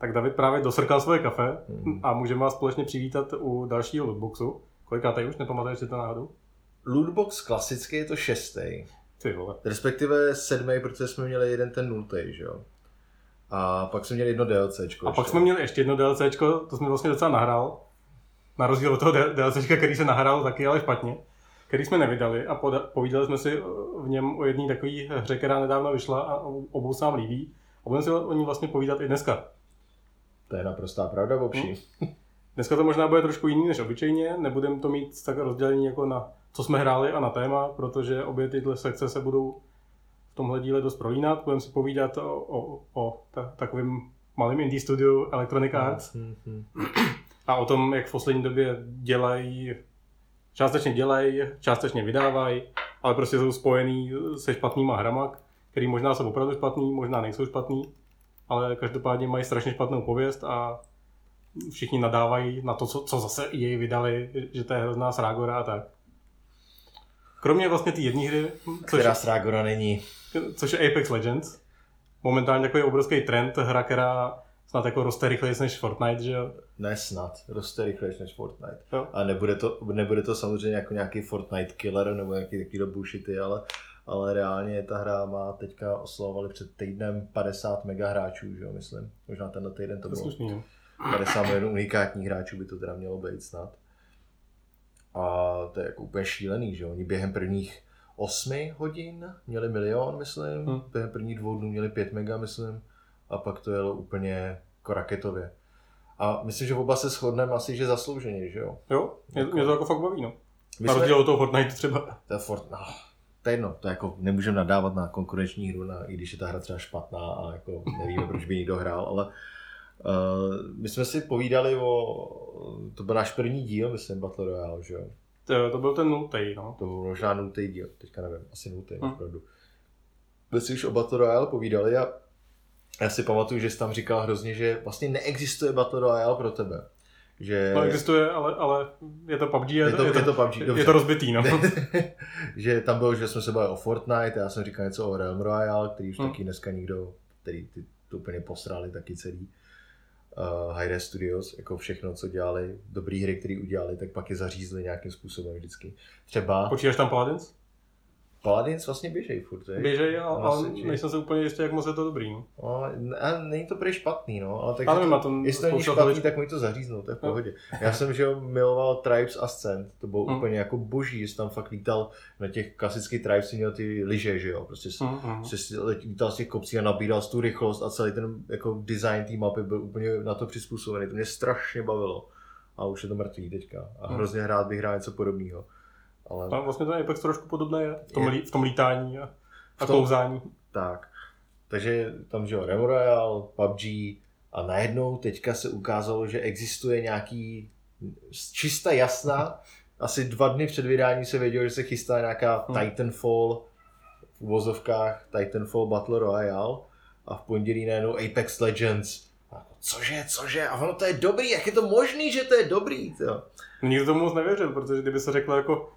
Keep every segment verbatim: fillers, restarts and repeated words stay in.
Tak David právě dosrkal svoje kafe hmm. a můžeme vás společně přivítat u dalšího lootboxu. Kolikátej už, nepamatuješ si to náhodou? Lootbox klasický je to šestý. Ty vole. Respektive sedmý, protože jsme měli jeden ten nultej, že jo. A pak jsme měli jedno DLCčko. A ještě. Pak jsme měli ještě jedno DLCčko, to jsme vlastně docela nahrál. Na rozdíl od toho DLCčka, který se nahrál taky, ale špatně. Který jsme nevydali a poda- povídali jsme si v něm o jedné takové hře, která nedávno vyšla a obou se nám líbí. A budeme si o ní vlastně povídat i dneska. To je naprostá pravda, Bobši. Hmm. Dneska to možná bude trošku jiný než obyčejně, nebudeme to mít tak rozdělení jako na co jsme hráli a na téma, protože obě tyhle sekce se budou v tomhle díle dost prolínat. Budeme si povídat o, o, o ta, takovým malým indie studiu Electronic Arts mm-hmm. a o tom, jak v poslední době dělají, částečně dělají, částečně vydávají, ale prostě jsou spojený se špatnýma hrama, který možná jsou opravdu špatný, možná nejsou špatný, ale každopádně mají strašně špatnou pověst a všichni nadávají na to, co, co zase E A vydali, že to je hrozná srágora a tak. Kromě vlastně ty jedné hry, což, která srágora není. Což je Apex Legends. Momentálně takový obrovský trend, hra, která snad jako roste rychleji než Fortnite, že jo? Ne snad, roste rychleji než Fortnite. Jo. A nebude to, nebude to samozřejmě jako nějaký Fortnite killer nebo nějaký takový bullshity, ale, ale reálně ta hra má teďka oslavovali před týdnem padesát mega hráčů, že jo, myslím. Možná tenhle týden to bylo. Slušný, padesát milionů unikátních hráčů by to teda mělo být snad. A to je jako úplně šílený, že oni během prvních osmi hodin měli milion, myslím, hmm. během prvních dvou dnů měli pět mega, myslím, a pak to jelo úplně jako raketově. A myslím, že oba se shodneme asi, že zaslouženě, že jo? Jo, mě, jako, mě to jako fakt baví, no. Na rozdíl od toho Fortnite třeba. To je Fortnite, no, to je jedno, to jako nemůžeme nadávat na konkurenční hru, na, i když je ta hra třeba špatná a jako nevíme, proč by někdo hrál, ale Uh, my jsme si povídali o, to byl náš první díl, myslím, Battle Royale, že jo? To, to byl ten nultej, no. To byl možná nultej díl, teďka nevím, asi nultej, hmm. opravdu. My si už o Battle Royale povídali a já si pamatuju, že jsi tam říkal hrozně, že vlastně neexistuje Battle Royale pro tebe. Že... No existuje, ale, ale je to P U B G, je, je, to, je, to, je, to, P U B G, je to rozbitý, no. Že tam bylo, že jsme se bavili o Fortnite, já jsem říkal něco o Realm Royale, který už hmm. taky dneska nikdo, který ty to úplně posrali taky celý. Uh, Hi-Re Studios, jako všechno, co dělali, dobrý hry, které udělali, tak pak je zařízli nějakým způsobem vždycky. Třeba... Počítáš tam Paladins? Paladins vlastně běžej furt, je? Běžej, ale nejsem se úplně jistý, jak moc je to dobrý, no. No, ne, není to prý špatný, no, ale tak... Ale to, tom jestli to není špatný, chvíli... tak mi to zaříznou, to je v pohodě. No. Já jsem, že jo, miloval Tribes Ascent, to bylo hmm. úplně jako boží, jsi tam fakt lítal na těch klasických Tribes, si měl ty lyže, že jo, prostě jsi, hmm. jsi lítal z těch kopcí a nabíral tu rychlost a celý ten jako design té mapy byl úplně na to přizpůsobený, to mě strašně bavilo. A už je to mrtvý teďka a hrozně hrát bych hrál něco podobného. Ale... Tam vlastně ten Apex trošku podobný je v tom, je. Lí, v tom lítání a, a tom, klouzání. Tak, takže tam, že jo, Realm Royale, P U B G a najednou teďka se ukázalo, že existuje nějaký čista jasná, asi dva dny před vydáním se vědělo, že se chystá nějaká hmm. Titanfall v uvozovkách, Titanfall Battle Royale a v pondělí najednou Apex Legends. A cože, cože, a ono to je dobrý, jak je to možný, že to je dobrý, jo. Nikdo tomu moc nevěřil, protože kdyby se řeklo jako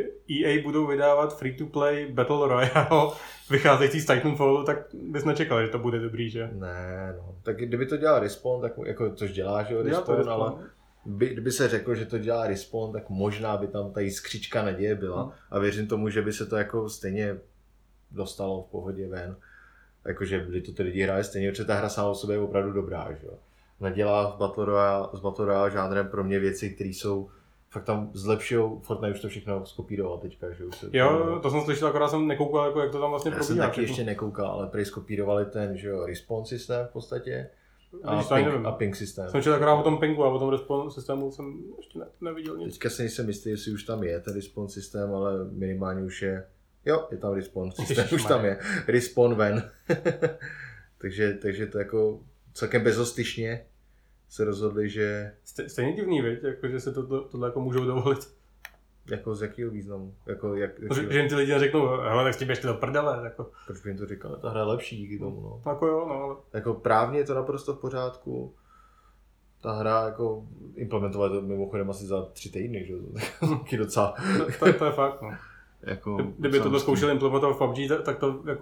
E A budou vydávat free-to-play Battle Royale vycházející z Titanfallu, tak bys nečekal, že to bude dobrý, že? Ne, no. Tak kdyby to dělal Respawn, tak jako což dělá, že jo, Respawn, Respawn, ale by, kdyby se řeklo, že to dělá Respawn, tak možná by tam ta jiskřička naděje byla. Hmm. A věřím tomu, že by se to jako stejně dostalo v pohodě ven. Jakože by to ty lidi hráli stejně, protože ta hra sama o sobě je opravdu dobrá, že jo. Nedělá v Battle Royale, s Battle Royale žánrem pro mě věci, které jsou fakt tam zlepšujou, Fortnite už to všechno skopíroval teďka, že už se... Jo, to jsem slyšel, akorát jsem nekoukal, jako jak to tam vlastně já probíhá. Já jsem taky ještě nekoukal, ale prej skopírovali ten, že jo, respawn systém v podstatě a, ping, a ping systém. Jsem četl akorát o tom pingu a o tom respawn systému jsem ještě ne, neviděl nic. Teďka si nejsem jistý, jestli už tam je ten respawn systém, ale minimálně už je, jo, je tam respawn systém, už tam je, respawn ven. takže, takže to jako celkem bezostyšně se rozhodli, že... Stejně divný, viď? Jako, že se to, to, tohle jako můžou dovolit. Jako z jakého významu? Jako, jak, jakýho... Že, že jim ty lidi řeknou, hele, tak s tím běžte do prdele. Jako. Proč by jim to říkal? Ta hra je lepší díky tomu, no. Jako jo, no, ale... Jako právně je to naprosto v pořádku. Ta hra jako implementovala to mimochodem asi za tři týdny, že? Taky docela... to, to, to je fakt, no. Jako, Kdyby tohle zkoušeli implementovat v P U B G, tak to jako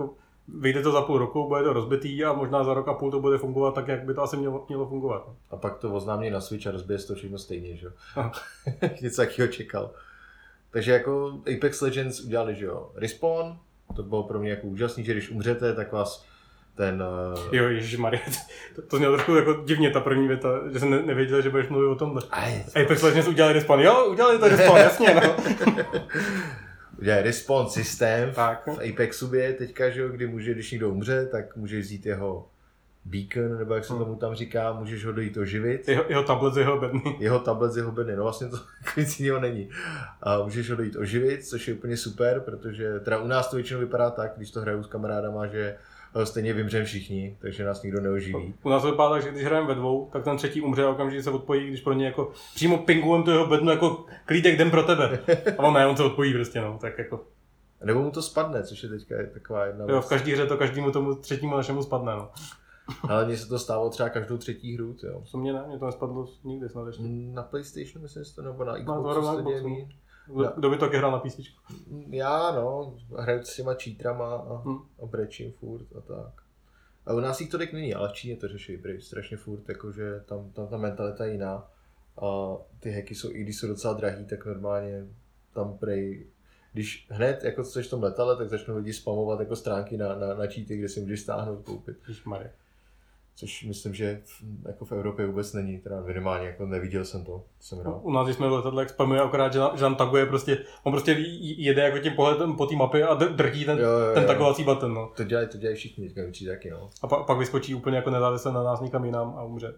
vyjde to za půl roku, bude to rozbitý a možná za rok a půl to bude fungovat tak, jak by to asi mělo, mělo fungovat. A pak to oznámí na Switch a rozbije se to všechno stejně, že jo? Něco takového čekal. Takže jako Apex Legends udělali, že jo, Respawn, to bylo pro mě jako úžasný, že když umřete, tak vás ten... Uh... Jo, ježišmarja, to, to znělo trošku jako divně ta první věta, že jsem ne, nevěděl, že budeš mluvit o tomhle. Apex Legends udělali Respawn, jo, udělali to Respawn, jasně, no. Udělali Respawn systém tak. V Apexu je teďka, že jo, kdy může, když někdo umře, tak můžeš vzít jeho beacon, nebo jak se tomu tam říká, můžeš ho dojít oživit. Jeho, jeho tablet z jeho bedny. Jeho tablet z jeho bedny, no vlastně to nic jiného není. A můžeš ho dojít oživit, což je úplně super, protože teda u nás to většinou vypadá tak, když to hraju s kamarádama, že stejně vymřeme všichni, takže nás nikdo neoživí. U nás to vypadá tak, že když hrajeme ve dvou, tak ten třetí umře a okamžitě se odpojí, když pro ně jako přímo pingujem to jeho bednu jako klídek jdem pro tebe. A on ne, on se odpojí prostě, no, tak jako. Nebo mu to spadne, což je teďka taková jedna Jo, v každý hře to každému tomu třetímu našemu spadne, no. Ale mně se to stávalo třeba každou třetí hru, jo. Co mě ne, mě to nespadlo nikdy snad ještě. Na PlayStationu myslím si to, nebo na Xboxu no, se děje mít. Kdo, kdo by to taky hrál na P C? Já no, hraju s těma cheatrama a, hmm. a brečím furt a tak. A u nás jich tolik není, ale v Číně to řeší pryč strašně furt, jakože tam, tam ta mentalita je jiná. A ty hacky jsou, i když jsou docela drahý, tak normálně tam prej, když hned jako jsi v tom letale, tak začnou lidi spamovat jako stránky na, na, na cheaty, kde si můžeš stáhnout, koupit. Ježmarja. Což myslím, že v, jako v Evropě vůbec není, teda minimálně, jako neviděl jsem to. Jsem no, u nás, když jsme v letadle, jak spamuje, akorát, že, že nám taguje prostě, on prostě jede jako tím pohledem po té mapě a drtí ten, jo, jo, ten tagovací button, no. To dělají, to dělají všichni, teďka učí taky, no. A pa, pak vyskočí úplně jako nezávisle na nás nikam jinam a umře.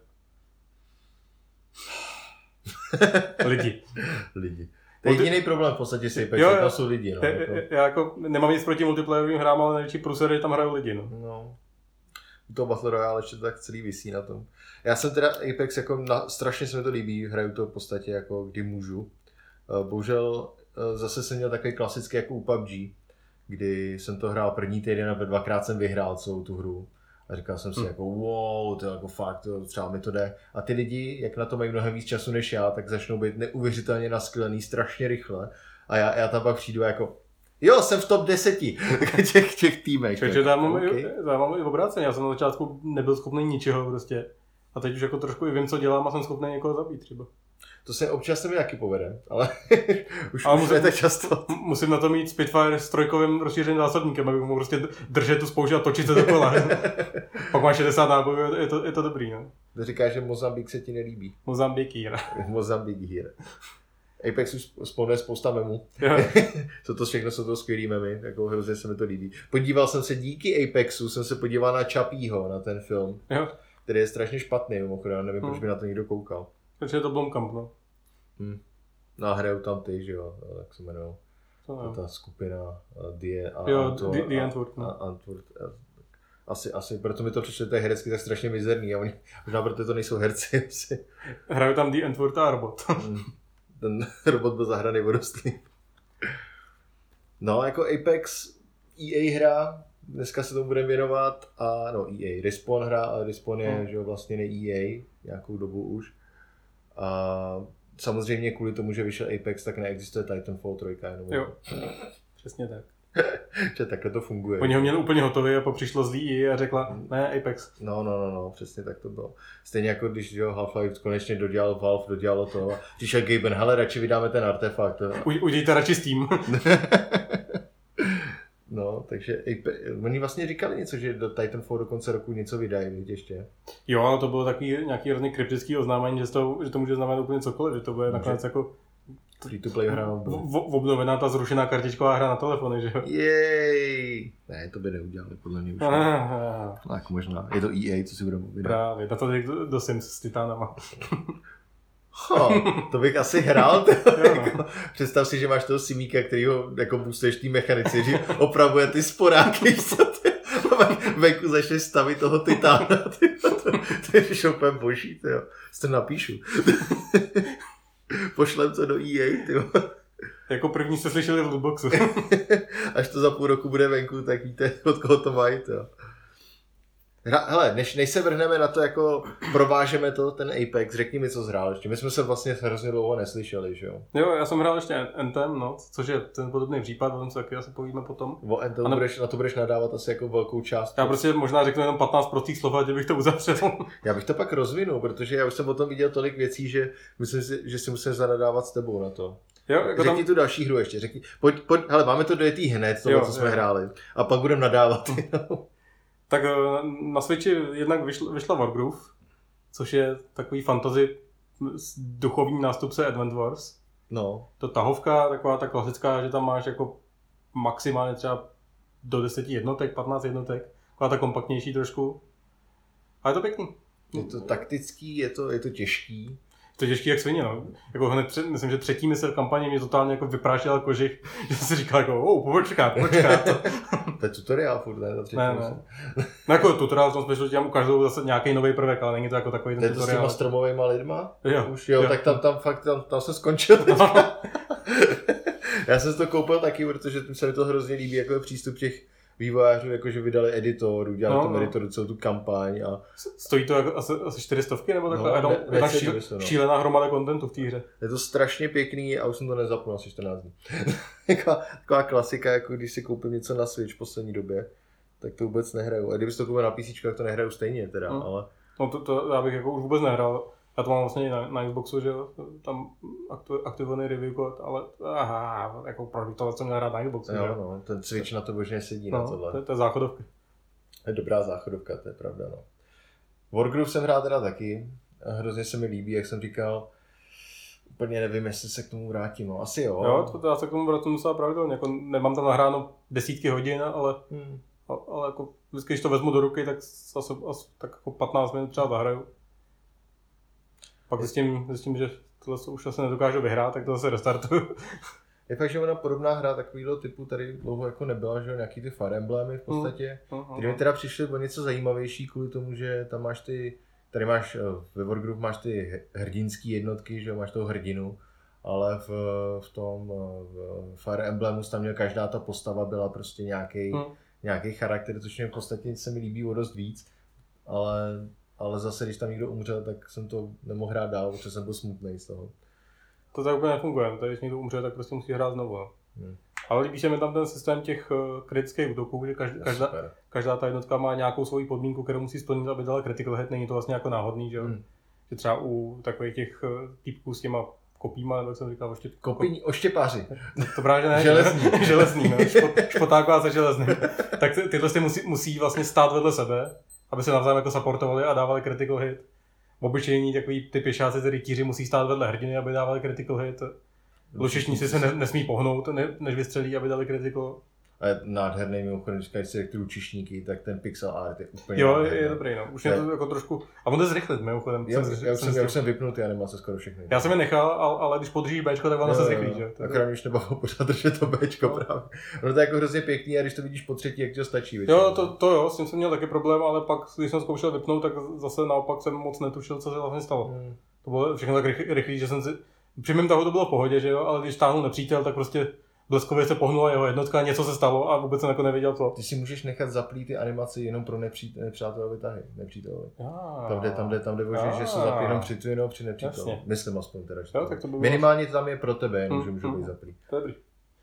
Lidi. Lidi. To je jediný problém v podstatě s Apexem, tam jsou lidi, no. Já, já jako nemám nic proti multiplayerovým hrám, ale největší průser je, že tam hrajou lidi, no. no. To Battle Royale ještě tak celý visí na tom. Já jsem teda Apex jako na, strašně se mi to líbí, hraju to v podstatě jako kdy můžu. Bohužel zase jsem měl takový klasický jako u P U B G, kdy jsem to hrál první týden a dvakrát jsem vyhrál celou tu hru. A říkal jsem si hmm. jako wow, to je jako fakt, to, třeba mi to jde. A ty lidi, jak na to mají mnohem víc času než já, tak začnou být neuvěřitelně naskyllený strašně rychle. A já, já tam pak přijdu jako jo, jsem v top deseti těch, těch týmech. Takže tam mám, okay. i, mám i obráceně, já jsem na začátku nebyl schopný ničeho prostě. A teď už jako trošku i vím, co dělám a jsem schopný někoho zabít třeba. To se občas se mi taky povede, ale už, ale už musím, tak často. Musím na to mít Spitfire s trojkovým rozšířeným zásobníkem, abych mohl prostě držet tu spoušť a točit se dokola. Pak má šedesát nábojů, je to, je to dobrý, no. To říkáš, že Mozambik se ti nelíbí. Mozambik hýra. Mozambik hýra. Apex už spoluje spousta memů. Co to všechno jsou to skvělý memy, jako hrozně se mi to líbí. Podíval jsem se díky Apexu, jsem se podíval na Chappieho, na ten film, jo. Který je strašně špatný, mimochodem, nevím, hmm. proč by na to někdo koukal. Takže je to Blomkamp, no. Hmm. No a hrajou tam ty, že jo, tak se jmenuje. Ta skupina Die a jo, Antwort. Die Antwort, no. Antwort. Asi, asi, proto mi to přišlo, to je herecky tak strašně mizerný a oni, možná proto to nejsou herci. Asi. Hrajou tam Die Antwort a robot. Hmm. Ten robot byl zahraný vodostlým. No, jako Apex E A hra, dneska se tomu budeme věnovat, a no E A, Respawn hra, ale Respawn je, hmm. že vlastně ne E A, nějakou dobu už. A samozřejmě kvůli tomu, že vyšel Apex, tak neexistuje Titanfall tři. Jenom. Jo, přesně tak. Že takhle to funguje. Oni ho měli úplně hotový a pak přišlo z E A a řekla, ne, Apex. No, no, no, no, přesně tak to bylo. Stejně jako když jo, Half-Life konečně dodělal Valve, dodělalo to. Přišel Gaben, hele, radši vydáme ten artefakt. U, udějte radši Steam. No, takže Apex, oni vlastně říkali něco, že do Titanfall do konce roku něco vydají, víš ještě. Jo, ale to bylo takový nějaký hrozně kryptický oznámení, že to, že to může znamenat úplně cokoliv, že to bude nakonec jako free-to-play hra. Obnovená ta zrušená kartičková hra na telefony, že jo? Jej! Ne, to by neudělali, podle mě už. Tak možná. Je to E A, co si budeme vydat. Právě, na to jde do, do Sims s Titánama. Ha, to bych asi hrál. Jo, no. Představ si, že máš toho simíka, kterýho jako boostuješ tý mechanici, že opravuje ty sporáky, venku začneš stavit toho Titána. To, to, to je úplně boží, tyjo. Si to napíšu. Pošlem to do E A, tyjo. Jako první jste slyšeli v lootboxu. Až to za půl roku bude venku, tak víte, od koho to mají, tyjo. Hra, hele, než, než se vrhneme na to, jako provážeme to, ten Apex, řekni mi, co jsi hrál ještě. My jsme se vlastně hrozně dlouho neslyšeli, že jo? Jo, já jsem hrál ještě Anthem, no, což je ten podobný případ, o tom se taky asi povíme potom. O Anthem ano, budeš, na to budeš nadávat asi jako velkou část. Já prostě možná řeknu jenom patnáct prostých slov, ať bych to uzavřel. Já bych to pak rozvinul, protože já už jsem o tom viděl tolik věcí, že myslím si, že si musím zanadávat s tebou na to. Jo, jako řekni tam... tu další hru ještě, řekni, pojď, pojď, hele, máme to dojetý hned, tohle, jo, co jsme jo. hráli, a pak budeme nadávat. Tak na Switchi jednak vyšla, vyšla Wargroove, což je takový fantasy duchovní nástupce Advent Wars. No. To tahovka, taková ta klasická, že tam máš jako maximálně třeba do deseti jednotek, patnáct jednotek, taková ta kompaktnější trošku. A je to pěkný. Je to taktický, je to, je to těžký. To je těžký jak svině, no. Jako hned před, myslím, že třetí mise v kampani mě totálně jako vyprášila kožich, že jsem si říkal jako, oh, počkat, počkat. To je tutoriál furt, ne? Třetí ne, ne. No jako tutoriál v tom smyslu, že tam ukážou zase nějaký nový prvek, ale není to jako takový ten to tutoriál. To je to s těma stromovejma lidma? Jo. Už jo, jo. Tak tam, tam fakt, tam, tam jsem skončil. Já jsem si to koupil taky, protože se mi to hrozně líbí, jako je přístup těch vývojářů, jakože vydali editor, udělali no, tomu editoru celou tu kampaň a... Stojí to jako asi, asi čtyři stovky nebo takhle? No, ne, ne, šíl, no. Šílená hromada kontentu v té hře. Je to strašně pěkný a už jsem to nezapnul asi čtrnáct dní. taková, taková klasika, jako když si koupím něco na Switch v poslední době, tak to vůbec nehraju. A kdybych to koupil na P C, tak to nehraju stejně teda, hmm. ale... No to, to já bych jako už vůbec nehrál. Já to mám vlastně na, na Xboxu, že jo, tam aktivovaný review kód, ale aha, jako proč bych to vlastně měl hrát na Xboxu, jo, že? No, ten Switch na to božně sedí, no, na tohle. To, to je záchodovka. To je dobrá záchodovka, to je pravda, no. Wargroove jsem hrál teda taky, a hrozně se mi líbí, jak jsem říkal, úplně nevím, jestli se k tomu vrátím, no, asi jo. Jo, to, to já se k tomu vrátím musela pravidelně, jako nemám tam nahráno desítky hodin, ale, hmm. ale jako vždycky, když to vezmu do ruky, tak, asi, asi, tak jako patnáct minut třeba zahraju. Pak zjistím, zjistím, že tohle už asi nedokážu vyhrát, tak to zase restartuju. Je fakt, že ona podobná hra takovýhle typu tady dlouho jako nebyla, že nějaký ty Fire Emblemy v podstatě, mm, uh, uh, které mi teda přišly o něco zajímavější kvůli tomu, že tam máš ty, tady máš, ve Wargroove máš ty hrdinský jednotky, že máš toho hrdinu, ale v, v tom v Fire Emblemu tam měl každá ta postava byla prostě nějaký, mm. nějaký charakter, což mě v podstatě se mi líbí o dost víc, ale Ale zase, když tam někdo umřel, tak jsem to nemohl hrát dál, protože jsem byl smutný z toho. To tak úplně nefunguje, tady když někdo umře, tak prostě musí hrát znovu. No. Hmm. Ale líbí se mi tam ten systém těch uh, kritických útoků, že každá, každá, každá ta jednotka má nějakou svoji podmínku, kterou musí splnit, aby dala critical hit, není to vlastně jako náhodný, že, hmm. že třeba u takových těch uh, týpků s těma kopíma, nebo jak jsem říkal, oštěp... Kopí, oštěpáři. To, to právě ne. Železný. Železný, no, špot, špotáková se železným. Tak ty, tyhle si musí, musí vlastně stát vedle sebe, aby se navzájem jako supportovali a dávali critical hit. Obyčejní takový ty pěšáci, tedy tíři, musí stát vedle hrdiny, aby dávali critical hit. Lučišníci se ne, nesmí pohnout, ne, než vystřelí, aby dali critical. A je nádherný mimochodem, když si ty lučišníky, tak ten pixel art je úplně jo, nádherný. Je dobrý, no. Už je to jako trošku... A on jde zrychlit, mimochodem. Já, jsem, já, jsem, já už jsem vypnul ty animace skoro všechny. Já jsem je nechal, ale, ale když podržíš Bčko, tak ono se zrychlí, že? Akorát mě už nebavilo pořád držet to Bčko no. právě. Ono to je jako hrozně pěkný a když to vidíš po třetí, jak ti to stačí. Většinou. Jo, to, to jo, s tím jsem měl taky problém, ale pak, když jsem zkoušel vypnout, tak zase naopak jsem moc netušil, co se vlastně stalo. Hmm. To bylo všechno tak rychlý, že jsem si... Při mém tahu to bylo v pohodě, že jo, ale když táhnul nepřítel, tak prostě bleskově se pohnula jeho jednotka, něco se stalo a vůbec jsem jako nevěděl co. Ty si můžeš nechat zaplít ty animace jenom pro nepří, nepřátelové tahy, nepřítelové. Tam jde, tam jde, tam jde, bože, že se zaplí jenom při tu jenom při nepříteli. Myslím aspoň teda, že jo, tak to by minimálně tam je pro tebe, jenom hmm, že můžu hmm. být zaplý. To je dobrý.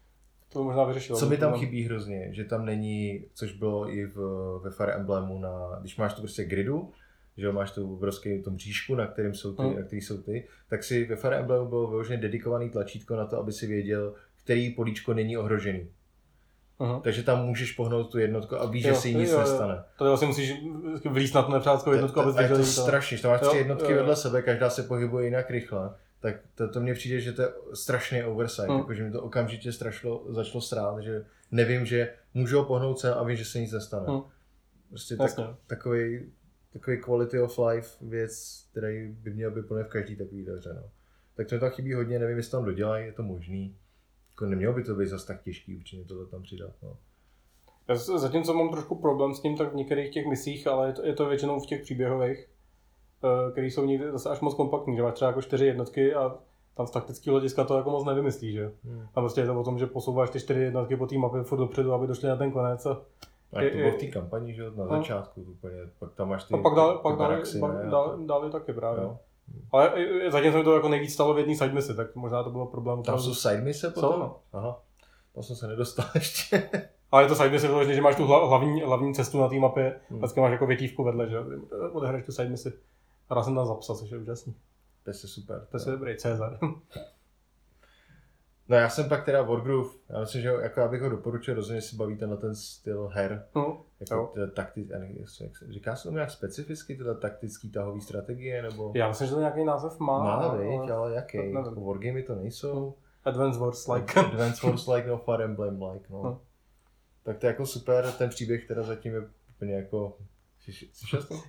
To možná vyřešilo. Co mi tam chybí hrozně, že tam není, což bylo i v, ve Fire Emblemu, na, když máš tu prostě gridu, že máš tu obrovský tom říšku, na kterým jsou ty, hmm. na který jsou ty, tak si ve Fire Emblemu bylo vyloženě dedikovaný tlačítko na to, aby si věděl, který políčko není ohrožený. Uh-huh. Takže tam můžeš pohnout tu jednotku a víš, jo, že si nic jo, nestane. Jo. To vlastně musíš vlíst na tu nepřátelskou jednotku, aby zvěděl. To je to strašně, tam máš tři jednotky jo, vedle sebe, každá se pohybuje jinak rychle. Tak to, to mně přijde, že to je strašný oversight, hmm. jakože mi to okamžitě strašlo, začalo srát, že nevím, že můžu ho pohnout sem a vím, že se nic nestane. Hmm. Prostě tak, takový, takový quality of life věc, který by měl být plně v každý takový hře. No. Tak to mi tam chybí hodně, nevím, jestli tam dodělají, je to možný. Jako nemělo by to být zase tak těžký určitě tohle tam přidat. No. Já zatímco mám trošku problém s tím, tak v některých těch misích, ale je to, je to většinou v těch příběhových, které jsou někdy zase až moc kompaktní, že máš třeba jako čtyři jednotky a tam z taktického hlediska to jako moc nevymyslí, že? Hmm. Tam prostě je to o tom, že posouváš ty čtyři jednotky po té mapě furt dopředu, aby došli na ten konec a A to bylo v té kampani, že na začátku úplně, pak tam máš ty, a pak dali, ty, pak ty dali, baraxy, pak ne? dali, dali taky právě. Jo. Ale zatím se mi to jako nejvíc stalo v jedné side mise, tak možná to bylo problém. Tam jsou side mise potom? Jsou, no. Aha, tam jsem se nedostal ještě. Ale je to side mise vyloženě, že máš tu hlavní, hlavní cestu na té mapě, hmm. vždycky máš jako větívku vedle, že odehraješ tu side mise. A dá jsem tam zapsat, což je úžasný. To je super. To je dobrý, Cezar. No já jsem pak teda Wargroove, já myslím, že jako já bych ho doporučil, rozhodně si baví tenhle ten styl her. No, jako takti, říká se tomu nějak specificky, teda taktický tahový strategie, nebo? Já myslím, že to nějaký název má. Má, ale, viď, ale jaký? Jako wargamey to nejsou. Advance Wars like. Advance Wars like, no Fire Emblem like, no. no. Tak to je jako super, ten příběh teda zatím je úplně jako... Slyšel jsi to?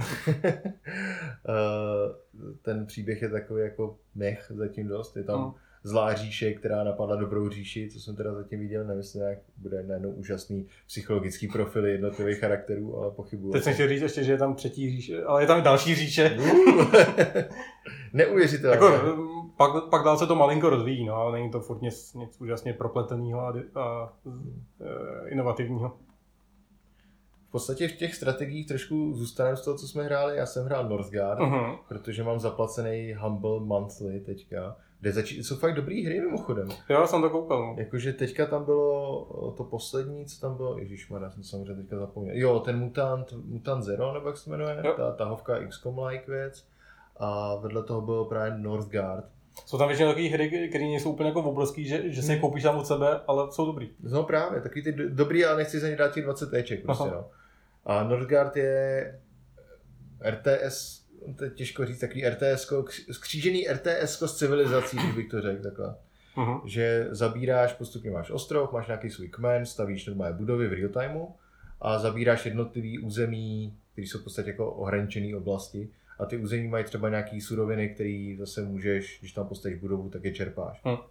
Ten příběh je takový jako mech zatím dost, je tam no. zlá říše, která napadla dobrou říši, co jsem teda zatím viděl, nemyslím, jak bude najednou úžasný psychologický profily jednotlivých charakterů, ale pochybuju. Teď jsem chtěl říct ještě, že je tam třetí říše, ale je tam i další říše. Neuvěřitelné. Jako, pak, pak dál se to malinko rozvíjí, no, ale není to furt nic, nic úžasně propletenýho a, a, a inovativního. V podstatě v těch strategiích trošku zůstaneme z toho, co jsme hráli. Já jsem hrál Northgard, uh-huh. protože mám zaplacený Humble Monthly teďka, kde zač- jsou fakt dobrý hry mimochodem. Jo, jsem to koukal. Jakože teďka tam bylo to poslední, co tam bylo, ježišmarja, jsem samozřejmě teďka zapomněl. Jo, ten Mutant, Mutant Zero, nebo jak se jmenuje, jo. ta tahovka X COM-like věc. A vedle toho bylo právě Northgard. Jsou tam většinou takové hry, které nejsou úplně jako obrovský, že, že si je koupíš tam od sebe, ale jsou dobrý. No právě, takový ty dobrý, ale nechci za ně dát těch dvacet éček prostě, no. A Northgard je R T S, to je těžko říct, takový R T S ko, skřížený R T S ko s civilizací, bych to řekl takhle. Uh-huh. Že zabíráš, postupně máš ostrov, máš nějaký svůj kmen, stavíš normální budovy v real timeu a zabíráš jednotlivý území, které jsou v podstatě jako ohraničené oblasti. A ty území mají třeba nějaký suroviny, které zase můžeš, když tam postavíš budovu, tak je čerpáš. Uh-huh.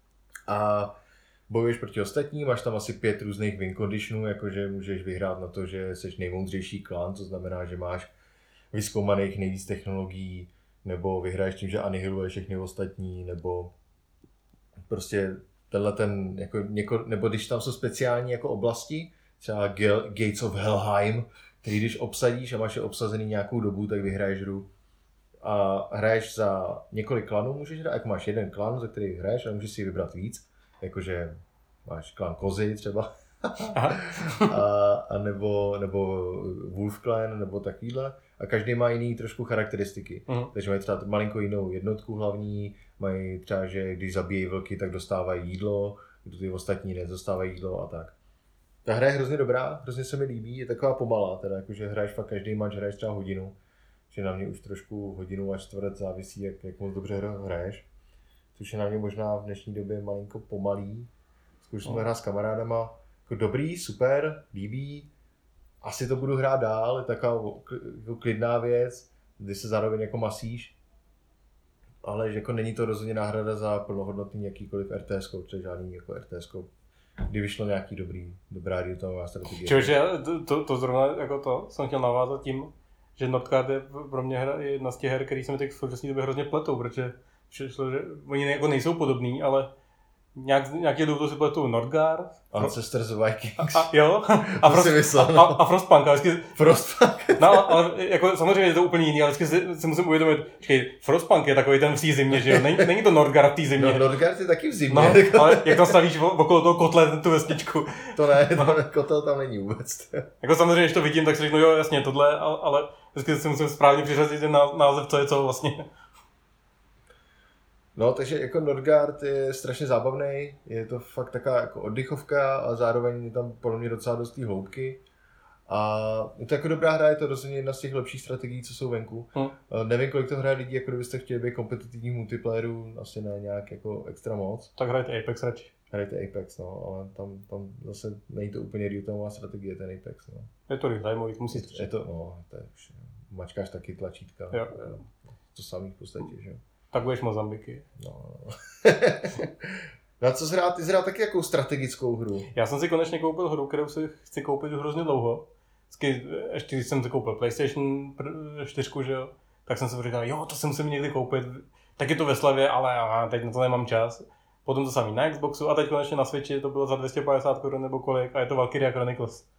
A bojuješ proti ostatním, máš tam asi pět různých win conditionů, jakože můžeš vyhrát na to, že jsi nejmoudřejší klan, to znamená, že máš vyzkoumaných nejvíc technologií, nebo vyhraješ tím, že anihiluješ všechny ostatní, nebo prostě tenhle ten, jako něko, nebo když tam jsou speciální jako oblasti, třeba Gates of Helheim, který když obsadíš a máš je obsazený nějakou dobu, tak vyhraješ hru. A hraješ za několik klanů, můžeš hrát, jako máš jeden klan, za který hraješ, a můžeš si vybrat víc. Jakože máš klan kozy třeba, a, a nebo, nebo Wolf Clan, nebo takovýhle. A každý má jiný trošku charakteristiky. Uh-huh. Takže mají třeba malinko jinou jednotku hlavní, mají třeba, že když zabíjejí vlky, tak dostávají jídlo, když ty ostatní nedostávají jídlo a tak. Ta hra je hrozně dobrá, hrozně se mi líbí, je taková pomalá, teda jakože hraješ fakt každý match, hraješ třeba hodinu. Že na mě už trošku hodinu a čtvrt závisí, jak, jak moc dobře hraješ. Což je na mě možná v dnešní době malinko pomalý. Zkoušel jsem hrát s kamarádama, jako dobrý, super, líbí. Asi to budu hrát dál, je taková klidná věc, kdy se zároveň jako masíš. Ale že jako není to rozhodně náhrada za plnohodnotný jakýkoliv R T S ko, třeba žádný jako R T S ko. Kdy vyšlo nějaký dobrý, dobrá real-timeová strategie. Čože to, to, to zrovna jako to jsem chtěl navázat tím, že Northgard je pro mě hra, je jedna z těch her, který se mi teď v současné době hrozně pletou, protože přišlo, že oni jako nejsou podobný, ale nějak, nějaký důvod si pletou Northgard. Ancestors Vikings. A, a, jo, a, Frost, a, a, a Frostpunk. A vždycky, Frostpunk. No, ale jako, samozřejmě je to úplně jiný, ale vždycky si, si musím uvědomit, že Frostpunk je takový ten v té zimě, že jo, není, není to Northgard v té zimě. No, Northgard je taky v zimě. No, ale jak tam stavíš okolo toho kotle tu vesničku. To ne, to ne, kotel tam není vůbec. Jako samozřejmě, když to vidím, tak si řeknu, jo, jasně, tohle, ale vždycky si musím správně přiřadit ten název, co je co vlastně. No, takže jako Northgard je strašně zábavný, je to fakt taková jako oddychovka a zároveň je tam podle mě docela dost té hloubky. A je to jako dobrá hra, je to rozhodně jedna z těch lepších strategií, co jsou venku. Hmm. Nevím, kolik to hraje lidí, jako kdybyste chtěli být kompetitivních multiplayerů, asi ne nějak jako extra moc. Tak hrajte Apex radši. Hrajte Apex, no, ale tam, tam zase není to úplně real-timeová strategie, ten Apex, no. Je to real-timeový, musí střečit. Je to, no, to je už, mačkáš taky tlačítka. Jo, jo. To samý v podstatě, že jo. Tak budeš Mozambiky. No. Na co jsi hrál? Ty jsi hrál taky jakou strategickou hru? Já jsem si konečně koupil hru, kterou si chci koupit už hrozně dlouho. Vždycky, ještě když jsem si koupil PlayStation čtyři, že jo, tak jsem si říkal, jo, to si musím někdy koupit. Tak je to ve slevě, ale aha, teď na to nemám čas. Potom to samý na Xboxu a teď konečně na Switchi to bylo za dvě stě padesát korun nebo kolik a je to Valkyria Chronicles.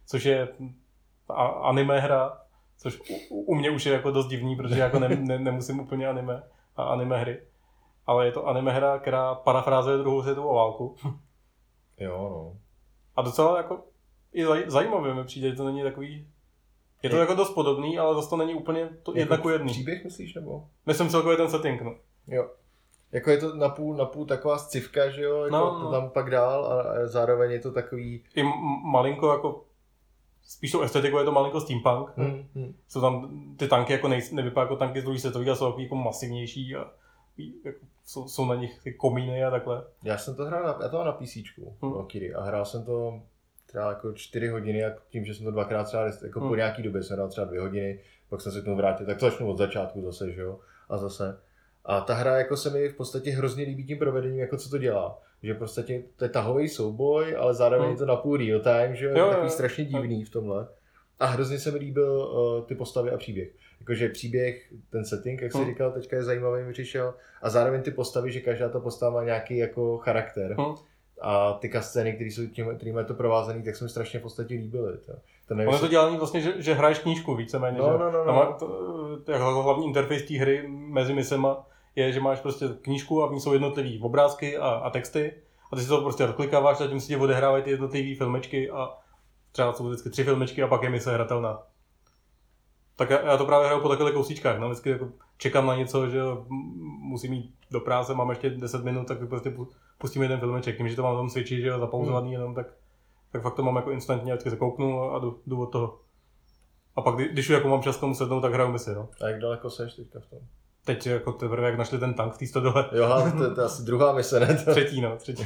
což je a, anime hra, což u, u mě už je jako dost divný, protože jako ne, ne, nemusím úplně anime a anime hry. Ale je to anime hra, která parafrázuje druhou světovou válku. Jo, no. A docela jako i zaj, zajímavé mi přijde, že to není takový... Je to je, jako dost podobný, ale zase to není úplně to jako jedna ku jedný. Příběh myslíš, nebo? Myslím celkově ten setting, no. Jo. Jako je to napůl, napůl taková scivka, že jo, jako no, no. tam pak dál a zároveň je to takový... I m- malinko jako, spíš tou estetikou je to malinko steampunk. Hmm, hmm. Jsou tam ty tanky jako nej, nevypadá jako tanky z druhé světové, ale jsou takový jako masivnější a jako, jsou, jsou na nich ty komíny a takhle. Já jsem to hrál na, já to mám na PCčku, hmm. Valkyrie, a hrál jsem to třeba jako čtyři hodiny a tím, že jsem to dvakrát třeba jako hmm. po nějaký době jsem hrál třeba dvě hodiny, pak jsem se k tomu vrátil, tak to začnu od začátku zase, že jo, a zase. A ta hra jako se mi v podstatě hrozně líbí tím provedením, jako co to dělá. Že v podstatě to je tahový souboj, ale zároveň hmm. je to napůl real time, že jo, je to takový strašně divný v tomhle. A hrozně se mi líbil uh, ty postavy a příběh. Jakože příběh, ten setting, jak jsi hmm. říkal, teďka je zajímavý, mi přišel. A zároveň ty postavy, že každá ta postava má nějaký jako charakter. Hmm. A ty scény, které jsou tím, kterým je to provázaný, tak se mi strašně v podstatě líbily. To, to ono to dělá vlastně, že, že hraješ knížku víceméně. No, no, no, no. Má to, jako hlavní interface té hry mezi misema je, že máš prostě knížku a v ní jsou jednotlivý obrázky a, a texty. A ty si to prostě odklikáváš a tím si tě odehrávají ty jednotlivý filmečky a třeba jsou vždycky tři filmečky a pak je mise hratelná. Tak já, já to právě hraju po takových kousíčkách, no, vždycky jako čekám na něco, že musím jít do práce, mám ještě deset minut, tak prostě pustím jeden filmeček, tím, že to mám tam switchi, že jo, zapauzovaný hmm. jenom, tak, tak fakt to mám jako instantně, vždycky se kouknu a jdu, jdu od toho. A pak, když už jako mám čas tomu sednout, tak hraju misi, no. A jak daleko seš teďka v tom? Teď jako teprve, jak našli ten tank v té stodole. Jo, to, to je asi druhá mise, ne? Třetí, no, třetí.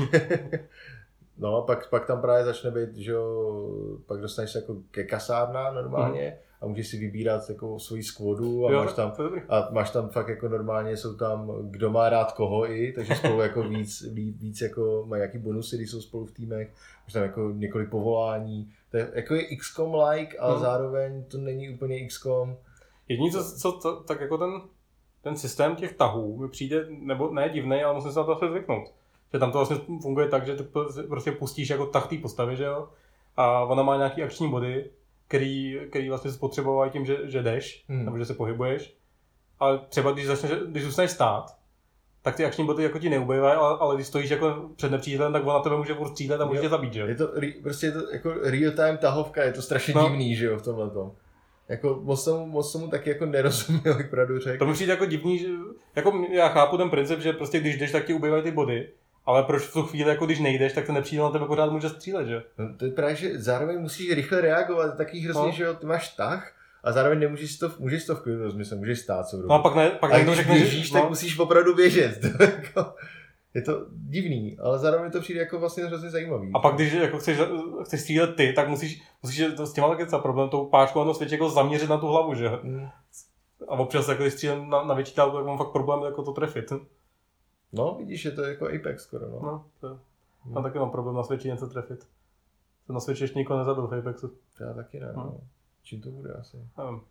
No, pak, pak tam právě začne být, že jo, pak dostaneš se jako ke kasárna normálně mm. a můžeš si vybírat jako svoji skvodu a, jo, máš tam, a máš tam fakt jako normálně, jsou tam kdo má rád koho i, takže spolu jako víc, víc, víc jako mají jaký bonusy, když jsou spolu v týmech, máš tam jako několik povolání, to je jako je X COM-like, ale mm. zároveň to není úplně X COM. Jediný, co, co to, tak jako ten, ten systém těch tahů mi přijde, nebo ne divnej, ale musím se na to asi zvyknout. Že tam to vlastně funguje tak, že ty prostě pustíš jako tah té postavy, že jo? A ona má nějaký akční body, který, který vlastně spotřebovají tím, že, že jdeš, hmm. nebo že se pohybuješ. Ale třeba když, začneš, když zůstaneš stát, tak ty akční body jako ti neubývají, ale, ale když stojíš jako před nepřítelem, tak ona na tebe může furt střílet a může tě zabít, že jo? Je to, prostě je to jako real time tahovka, je to strašně no. divný, že jo, v tomhletom. Jako moc tomu, moc tomu taky jako nerozumím, jak pravdu řekl. To mi přijde jako divný, že jako já chápu ten princip, že prostě když jdeš, tak ti ubývají ty body. Ale proč v tu chvíli, jako když nejdeš, tak ten nepřítel na tebe pořád může střílet, že? No, to je právě, že zároveň musíš rychle reagovat, taky hrozně, no. že jo, ty máš tah a zároveň nemůžeš to, můžeš to v klidu rozmyslet, můžeš stát celou dobu. No a pak, ne, pak a když řekne, běžíš, no. tak musíš opravdu běžet. Je to divný, ale zároveň to přijde jako vlastně hrozně zajímavý. A pak když jako chceš, chceš střílet ty, tak musíš, musíš s těma taky třeba problém, tou páčkou na světě jako zaměřit na tu hlavu, že? Mm. A občas jako když střílem na, na větší dálku, tak mám fakt problém jako to trefit. No, vidíš, je to jako Apex skoro, no. No, to je. Hmm. Já taky mám problém na Switchi něco trefit. To na Switchi ještě nikoho nezabil v Apexu. Já taky ne, hmm. no. Čím to bude asi? Nevím.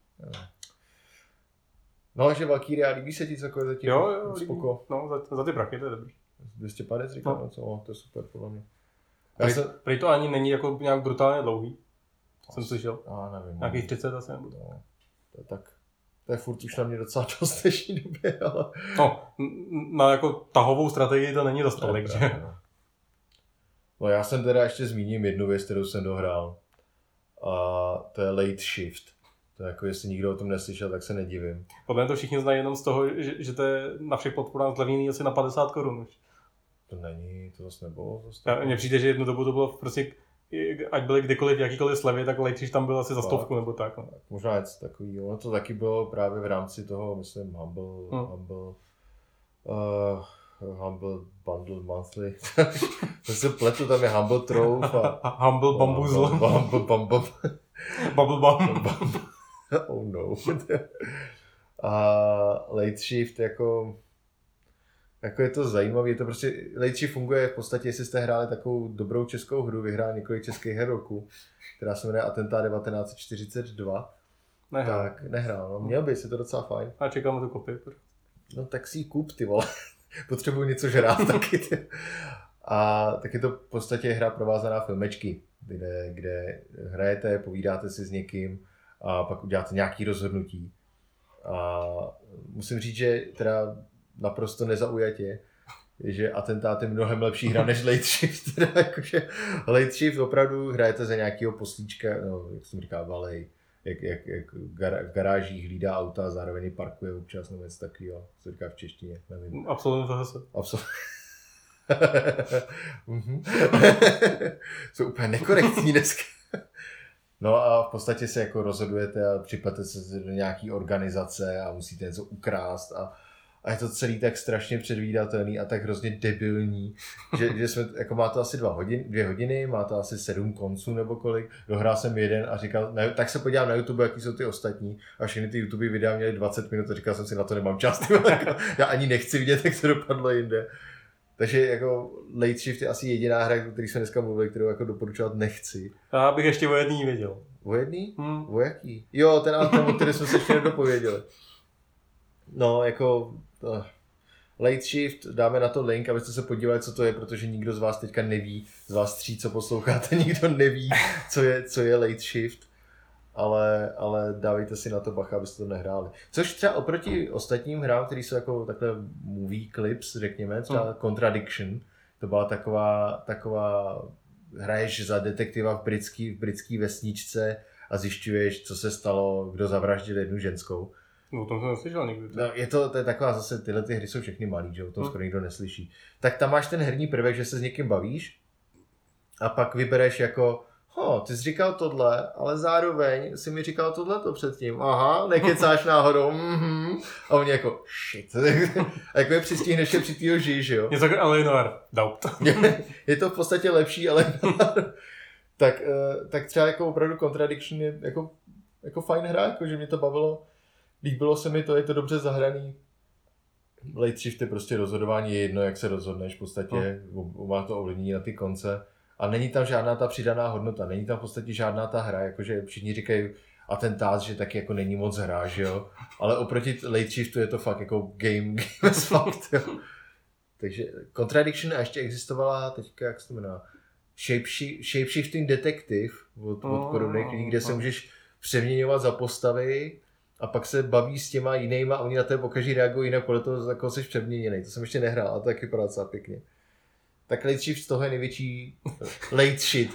No, takže Valkyria, líbí se ti cokoliv zatím? Jo, jo, spoko. No, za, za ty prachy, to je dobrý. dvě stě padesát říkám, no. no co, oh, to je super podle mě. Prý, jsem... prý to ani není jako nějak brutálně dlouhý. Asi, jsem slyšel. A nevím. Nějakých třicet asi nebude. No, to je tak. To je furt už na mě docela dost dnešní době, ale... No, na jako tahovou strategii to není dost tolik, že? No. no já jsem teda ještě zmíním jednu věc, kterou jsem dohrál. A to je Late Shift. To je jako, jestli nikdo o tom neslyšel, tak se nedivím. Podle mě to všichni znají jenom z toho, že, že to je na všech podporách zlevněný asi na padesát korun už. To není, to zase nebylo. Mně přijde, že jednu dobu to bylo prostě... Ať byly kdykoliv, jakýkoliv slevy, tak Late Shift tam byl asi za stovku nebo tak. No. tak možná něco takový. Ono to taky bylo právě v rámci toho, myslím, Humble, hmm. Humble, uh, Humble Bundle Monthly. To se pletu, tam je Humble Trove a... Humble Bamboozle. Humble Bumble. Bubble Bum. Oh no. A Late Shift jako... Jako je to zajímavé, je to prostě, Late Shift funguje v podstatě, jestli jste hráli takovou dobrou českou hru, vyhrál několik českých her roku, která se jmenuje Atentát devatenáct set čtyřicet dva. Nehrál. Tak, nehrál, no, měl bys, je to docela fajn. A čekám na tu kopii. No tak si ji kup, ty vole, potřebuji něco žrát taky, ty. A tak je to v podstatě hra provázaná filmečky. kde, kde hrajete, povídáte si s někým a pak uděláte nějaký rozhodnutí. A musím říct, že teda naprosto nezaujatě, že Atentát je mnohem lepší hra než Late Shift. Teda jakože Late Shift opravdu hrajete za nějakého poslíčka, no, jak jsem říkal, valej, jak, jak, jak v garážích hlídá auta a zároveň parkuje občas, nebo něco takového, co říká v češtině, nevím. Absolutně zase. Absolutně. Jsou úplně nekorektní dneska. No a v podstatě se jako rozhodujete a připlete se do nějaký organizace a musíte něco ukrást a, a je to celý tak strašně předvídatelný a tak hrozně debilní, že, že jsme, jako má to asi dva hodin, dvě hodiny, má to asi sedm konců nebo kolik, dohrál jsem jeden a říkal, ne, tak se podívám na YouTube, jaký jsou ty ostatní a všechny ty YouTube videa měly dvacet minut a říkal jsem si, na to nemám čas, já ani nechci vidět, jak to dopadlo jinde. Takže jako Late Shift je asi jediná hra, o které jsme dneska mluvili, kterou jako doporučovat nechci. Já bych ještě o jedný věděl. O jedný? Hmm. O jaký? Jo, ten Anthem, o který jsme se ještě nedopověděli. No, jako uh, Late Shift, dáme na to link, abyste se podívali, co to je, protože nikdo z vás teďka neví, z vás tří, co posloucháte, nikdo neví, co je, co je Late Shift. Ale, ale dávejte si na to bacha, abyste to nehráli. Což třeba oproti ostatním hrám, které jsou jako takhle movie clips, řekněme, třeba hmm. Contradiction, to byla taková, taková hraješ za detektiva v britský, v britský vesničce a zjišťuješ, co se stalo, kdo zavraždil jednu ženskou. No, o tom jsem neslyšel nikdy. No, je to, to je taková zase, tyhle ty hry jsou všechny malý, že o tom hmm. skoro nikdo neslyší. Tak tam máš ten herní prvek, že se s někým bavíš a pak vybereš jako oh, ty jsi říkal tohle, ale zároveň si mi říkal tohleto předtím. Aha, nekecáš náhodou. Mm-hmm. A oni jako, shit. A jako je přistihneš je při týho žij, že jo? Něco jako Eleanor. Doubt. Je to v podstatě lepší, ale tak, tak třeba jako opravdu Contradiction je jako, jako fajn hra, jako, že mě to bavilo. Líbilo se mi to, je to dobře zahraný. Late Shift je prostě rozhodování, je jedno, jak se rozhodneš, v podstatě no. Má to ovlivnění na ty konce. A není tam žádná ta přidaná hodnota, není tam v podstatě žádná ta hra, jakože všichni říkají Atentát, že taky jako není moc hra, že jo. Ale oproti Late Shiftu je to fakt jako game, game as fakt, jo. Takže Contradiction a ještě existovala teďka, jak se to jmenuje, Shapeshifting Detective od, od podobných lidí, kde se můžeš přeměňovat za postavy a pak se baví s těma jinýma a oni na tebe pokaží reagují jinak podle toho, za koho jsi přeměněný. To jsem ještě nehrál a to taky vypadá docela pěkně. Tak Late Shift z toho je největší late shit.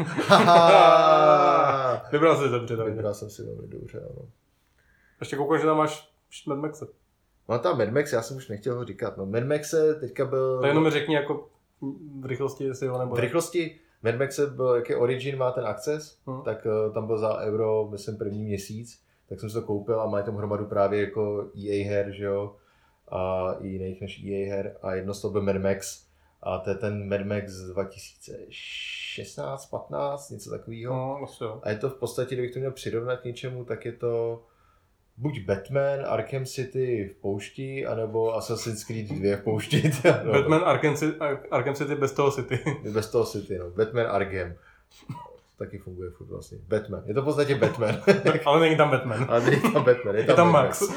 Vybral jsi dobře. Vybral jsem si velmi dobře, ano. Ještě koukám, že tam máš Mad Maxe. No tam Mad Max, já jsem už nechtěl ho říkat. No Mad Maxe teďka byl... Tak jenom mi řekni jako v rychlosti, jestli ho nebo... V rychlosti Mad Maxe byl, jaký Origin má ten Access, hmm. tak uh, tam byl za euro, myslím, první měsíc. Tak jsem si to koupil a mají tam hromadu právě jako E A her, že jo. A i jiných než E A her. A jedno z toho byl Mad Max. A to je ten Mad Max dva tisíce šestnáct patnáct, něco takového. No, vlastně jo. A je to v podstatě, kdybych to měl přirovnat k něčemu, tak je to buď Batman, Arkham City v poušti, anebo Assassin's Creed dva v poušti. No. Batman, Arkham City, Arkham City bez toho City. Bez toho City, no. Batman, Arkham. Taky funguje furt vlastně. Batman. Je to v podstatě Batman. Ale není tam Batman. Ale není tam Batman. Je tam, je tam Max. Max.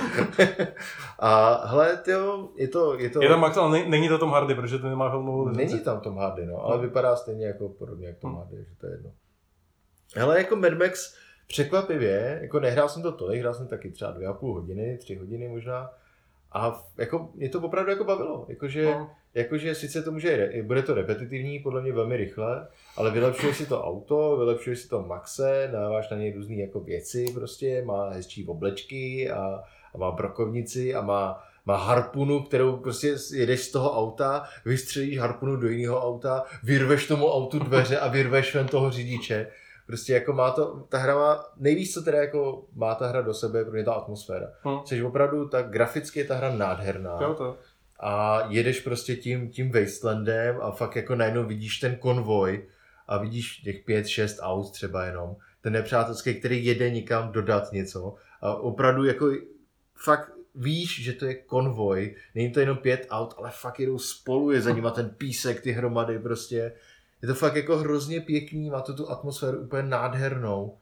A hele, tyjo, je to, je to... Je tam Max, ale není to Tom Hardy, protože to nemá filmovou licenci. Není tam Tom Hardy, no, ale no. Vypadá stejně jako podobně jak Tom hmm. Hardy, že to je jedno. Hele, jako Mad Max překvapivě, jako nehrál jsem to tolik, hrál jsem taky třeba dvě a půl hodiny, tři hodiny možná. A jako mě to opravdu jako bavilo, jakože, no. jakože sice to může, bude to repetitivní, podle mě velmi rychle, ale vylepšuješ si to auto, vylepšuješ si to Maxe, dáváš na něj různé jako věci prostě, má hezčí oblečky a, a má brokovnici a má, má harpunu, kterou prostě jedeš z toho auta, vystřelíš harpunu do jiného auta, vyrveš tomu autu dveře a vyrveš ven toho řidiče. Prostě jako má to, ta hra má, nejvíc co teda jako má ta hra do sebe, pro mě ta atmosféra. Hmm. Což opravdu, tak graficky je ta hra nádherná. Jo, to. A jedeš prostě tím, tím wastelandem a fakt jako najednou vidíš ten konvoj a vidíš těch pět, šest aut třeba jenom. Ten nepřátelský, který jede někam dodat něco. A opravdu jako fakt víš, že to je konvoj. Není to jenom pět aut, ale fakt jedou spolu, je za nima ten písek, ty hromady prostě. Je to fakt jako hrozně pěkný, má to tu atmosféru úplně nádhernou.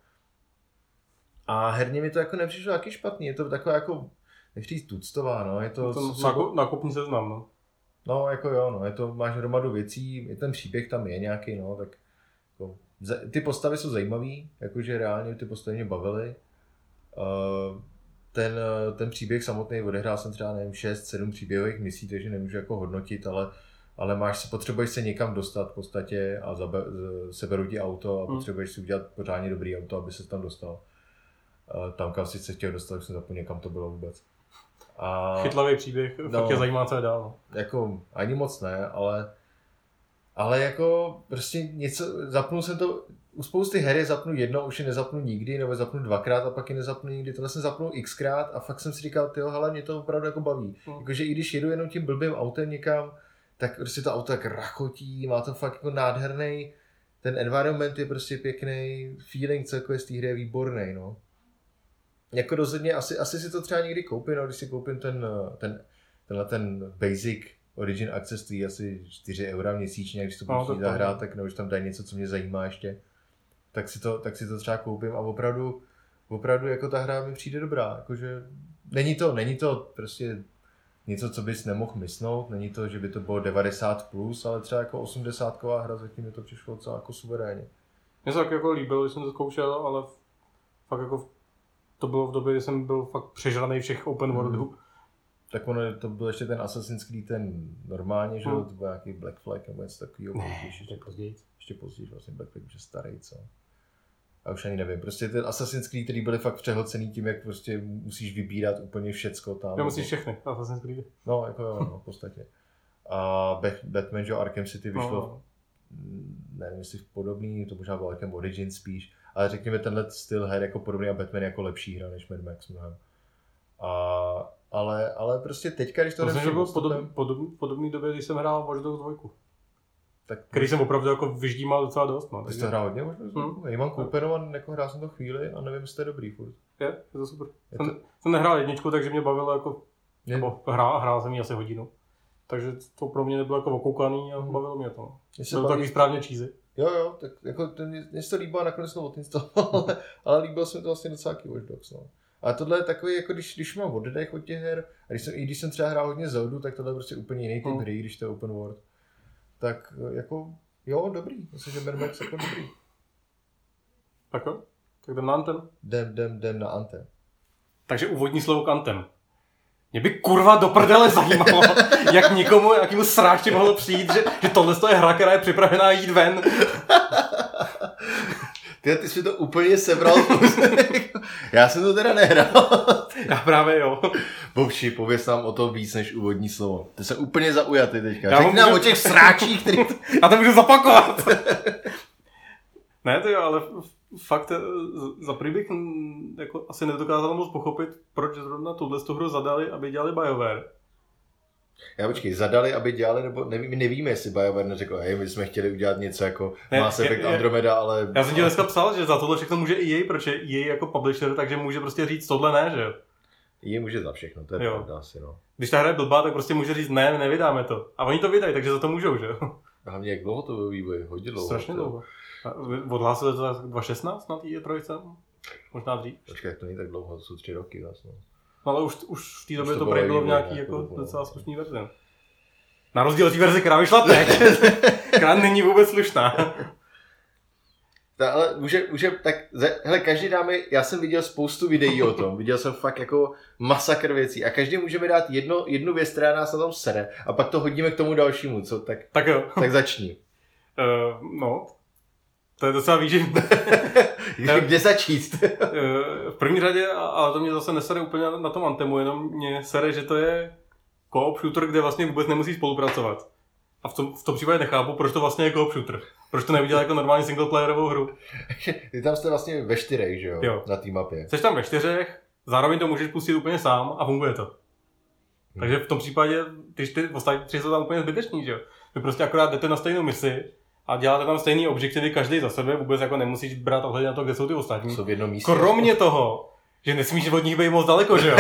A herně mi to jako nepřišlo taky špatný, je to taková jako, nechci říct tuctová, no, je to... to nákup, nákupní seznam, no. No, jako jo, no, je to, máš hromadu věcí, je ten příběh tam je nějaký, no, tak jako, ty postavy jsou zajímavý, jakože reálně ty postavy mě bavily. Uh, ten, ten příběh samotný, odehrál jsem třeba nevím šest sedm příběhových misí, takže nemůžu jako hodnotit, ale, ale máš se, potřebuješ se někam dostat v podstatě a zabe, seberou ti auto a hmm. potřebuješ si udělat pořádně dobrý auto, aby se tam dostal. Uh, tam, kam si se chtěl dostat, už jsem zapomněl, kam to bylo vůbec. A, chytlavý příběh, no, fakt je zajímá, co je dál. Jako ani moc ne, ale ale jako prostě něco, zapnul jsem to, u spousty her je zapnu jedno, už je nezapnu nikdy, nebo zapnu dvakrát a pak je nezapnu nikdy, tohle jsem zapnul xkrát a fakt jsem si říkal, tyjo, hele, mě to opravdu jako baví. Hmm. Jakože i když jedu jenom tím blbým autem někam, tak prostě to auto tak rachotí, má to fakt jako nádherný, ten environment je prostě pěkný, feeling celkově z té hry je výborný, no. Jako rozhodně, asi, asi si to třeba někdy koupím, no, když si koupím ten, ten, tenhle ten basic Origin Access, stojí asi čtyři eura měsíčně, když to budu chtít zahrát, tak nebo když tam dají něco, co mě zajímá ještě, tak si to, tak si to třeba koupím a opravdu, opravdu jako ta hra mi přijde dobrá, jakože není to, není to prostě něco, co bys nemohl mysnout, není to, že by to bylo devadesát plus, ale třeba jako osmdesátková hra, zatím mi to přišlo docela jako suverénně. Mně se tak jako líbilo, když jsem to zkoušel, ale fakt jako to bylo v době, kdy jsem byl fakt přežraný všech open worldů. Hmm. Tak ono, to byl ještě ten Assassin's Creed, ten normálně, že hmm. to byl nějaký Black Flag nebo něco takového. Ne, ještě později. Ještě později, vlastně Black Flag už je starý, co? A už ani nevím, prostě ten Assassin's Creed, který byly fakt přehlcený tím, jak prostě musíš vybírat úplně všecko tam. Já musíš všechny Assassin's Creed. No, jako jo, no, v podstatě. A Batman, že Arkham City vyšlo, no. nevím, jestli podobný, to možná byl Arkham Origins spíš, ale řekněme tenhle styl her jako podobný a Batman jako lepší hra než Mad Max mnohem. A Ale, ale prostě teďka, když to nevším bylo podobný, podobný, podobný době, když jsem hrál Watch Dogs dva. Tak který jsem opravdu jako vyždímal docela dost. No, ty jsi to hrál hodně Watch Dogs? Hmm. Já mám koupeno a jako hrál jsem to chvíli a nevím, jestli to je dobrý furt. Je, je to super. Je jsem, to... jsem nehrál jedničku, takže mě bavilo jako, je. nebo hrál, hrál jsem ji asi hodinu. Takže to pro mě nebylo jako okoukaný a hmm. bavilo mě to. Bylo to taky správně cheesy. Jo, jo, tak jako mě se to líbilo a nakonec to odinstaloval, ale, ale líbil se mi to vlastně docela Watch Dogs, no. Ale tohle je takový, jako když, když mám oddech od těch her, a když jsem, i když jsem třeba hrál hodně Zeldu, tak tohle je prostě úplně jiný typ hmm. hry, když to je open world. Tak jako, jo, dobrý, myslím, že Mad Max jako dobrý. Tak jo, tak jdem na Anthem. Jdem, jdem, jdem na Anthem. Takže úvodní slovo k Anthem. Mě by kurva do prdele zajímalo, jak někomu, jakýmu sráči mohlo přijít, že, že tohle je hra, která je připravená jít ven. Ty, ty jsi to úplně sebral. Já jsem to teda nehrál. Já právě jo. Bobši, pověz nám o to víc než úvodní slovo. Ty jsem úplně zaujatý teďka. Řekni nám můžu... o těch sráčích, který... Já to můžu zapakovat. Ne, to jo, ale fakt za prvý bych jako asi nedokázal moc pochopit, proč zrovna tuhle hru zadali, aby dělali BioWare. Já počkej, zadali, aby dělali, nebo nevím, my nevíme, jestli BioWare neřekl, hej, my jsme chtěli udělat něco jako ne, Mass Effect je, Andromeda, ale... Já jsem ti dneska psal, že za tohle všechno může E A, protože E A jako publisher, takže může prostě říct tohle ne, že jo? E A může za všechno, to je pravda asi, no. Když ta hra je blbá, tak prostě může říct ne, nevydáme to. A oni to vydají, takže za to můžou, že jo? A hlavně jak dlouho to byl vývoj, hodně dlouho. Strašně dlouho. Odhlásili to za dva tisíce šestnáct na té E tři? Možná dřív. Počkej, to není tak dlouho, to jsou tři roky vlastně. No ale už, už v té době to prej bylo v nějaký jako docela slušný verzi. Na rozdíl od té verze, která vyšla teď, která není vůbec slušná. Ta, ale může, může, tak, hele, každý dáme, já jsem viděl spoustu videí o tom, viděl jsem fakt jako masakr věcí a každý můžeme dát jedno, jednu věc, která nás na tom sere a pak to hodíme k tomu dalšímu, co, tak, tak, jo. tak začni. Uh, no, to je docela výživné. Kde začít? V první řadě, ale to mě zase nesere úplně na tom Anthemu, jenom mě sere, že to je co-op shooter, kde vlastně vůbec nemusí spolupracovat. A v tom, v tom případě nechápu, proč to vlastně je co-op shooter. Proč to neudělal jako normální singleplayerovou hru. Ty tam jste vlastně ve čtyřech, že jo? jo. Na té mapě. Jsi tam ve čtyřech, zároveň to můžeš pustit úplně sám a funguje to. Hmm. Takže v tom případě, ty, ty ostatní tři jsou tam úplně zbyteční, že jo? Vy prostě akorát jdete na stejnou misi a děláte tam stejný objektivy každý za sebe, vůbec jako nemusíš brát ohled na to, kde jsou ty ostatní. Jsou v jednom místě. Kromě toho, že nesmíš od nich být moc daleko, že jo?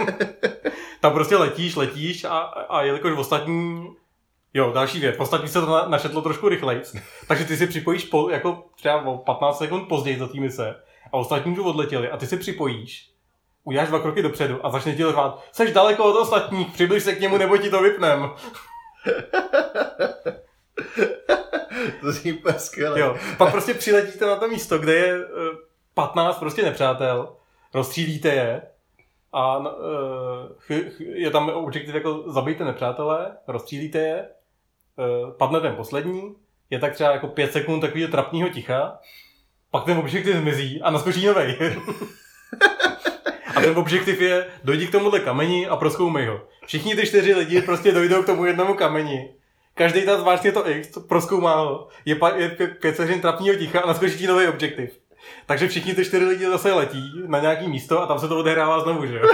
Tam prostě letíš, letíš a, a jelikož ostatní... Jo, další věc, ostatní se to na, našetlo trošku rychlejc, takže ty si připojíš po, jako třeba o patnáct sekund později do té mise a ostatní už odletěli a ty si připojíš, uděláš dva kroky dopředu a začne ti řvát, seš daleko od ostatních, přibliž se k němu nebo ti to vypnem. To zní úplně skvěle. Jo, pak prostě přiletíte na to místo, kde je patnáct prostě nepřátel, rozstřílíte je a uh, je tam objektiv jako zabijte nepřátelé, rozstřílíte je, uh, padne ten poslední, je tak třeba jako pět sekund takového trapného ticha, pak ten objektiv zmizí a naskočí novej. A ten objektiv je, dojdi k tomuhle kameni a prozkoumej ho. Všichni ty čtyři lidi prostě dojdou k tomu jednomu kameni. Každý tam zvážně to X, prozkoumá ho, je, pa, je pět sekund trapního ticha a naskočí ti nový objektiv. Takže všichni ty čtyři lidi zase letí na nějaký místo a tam se to odehrává znovu, že jo?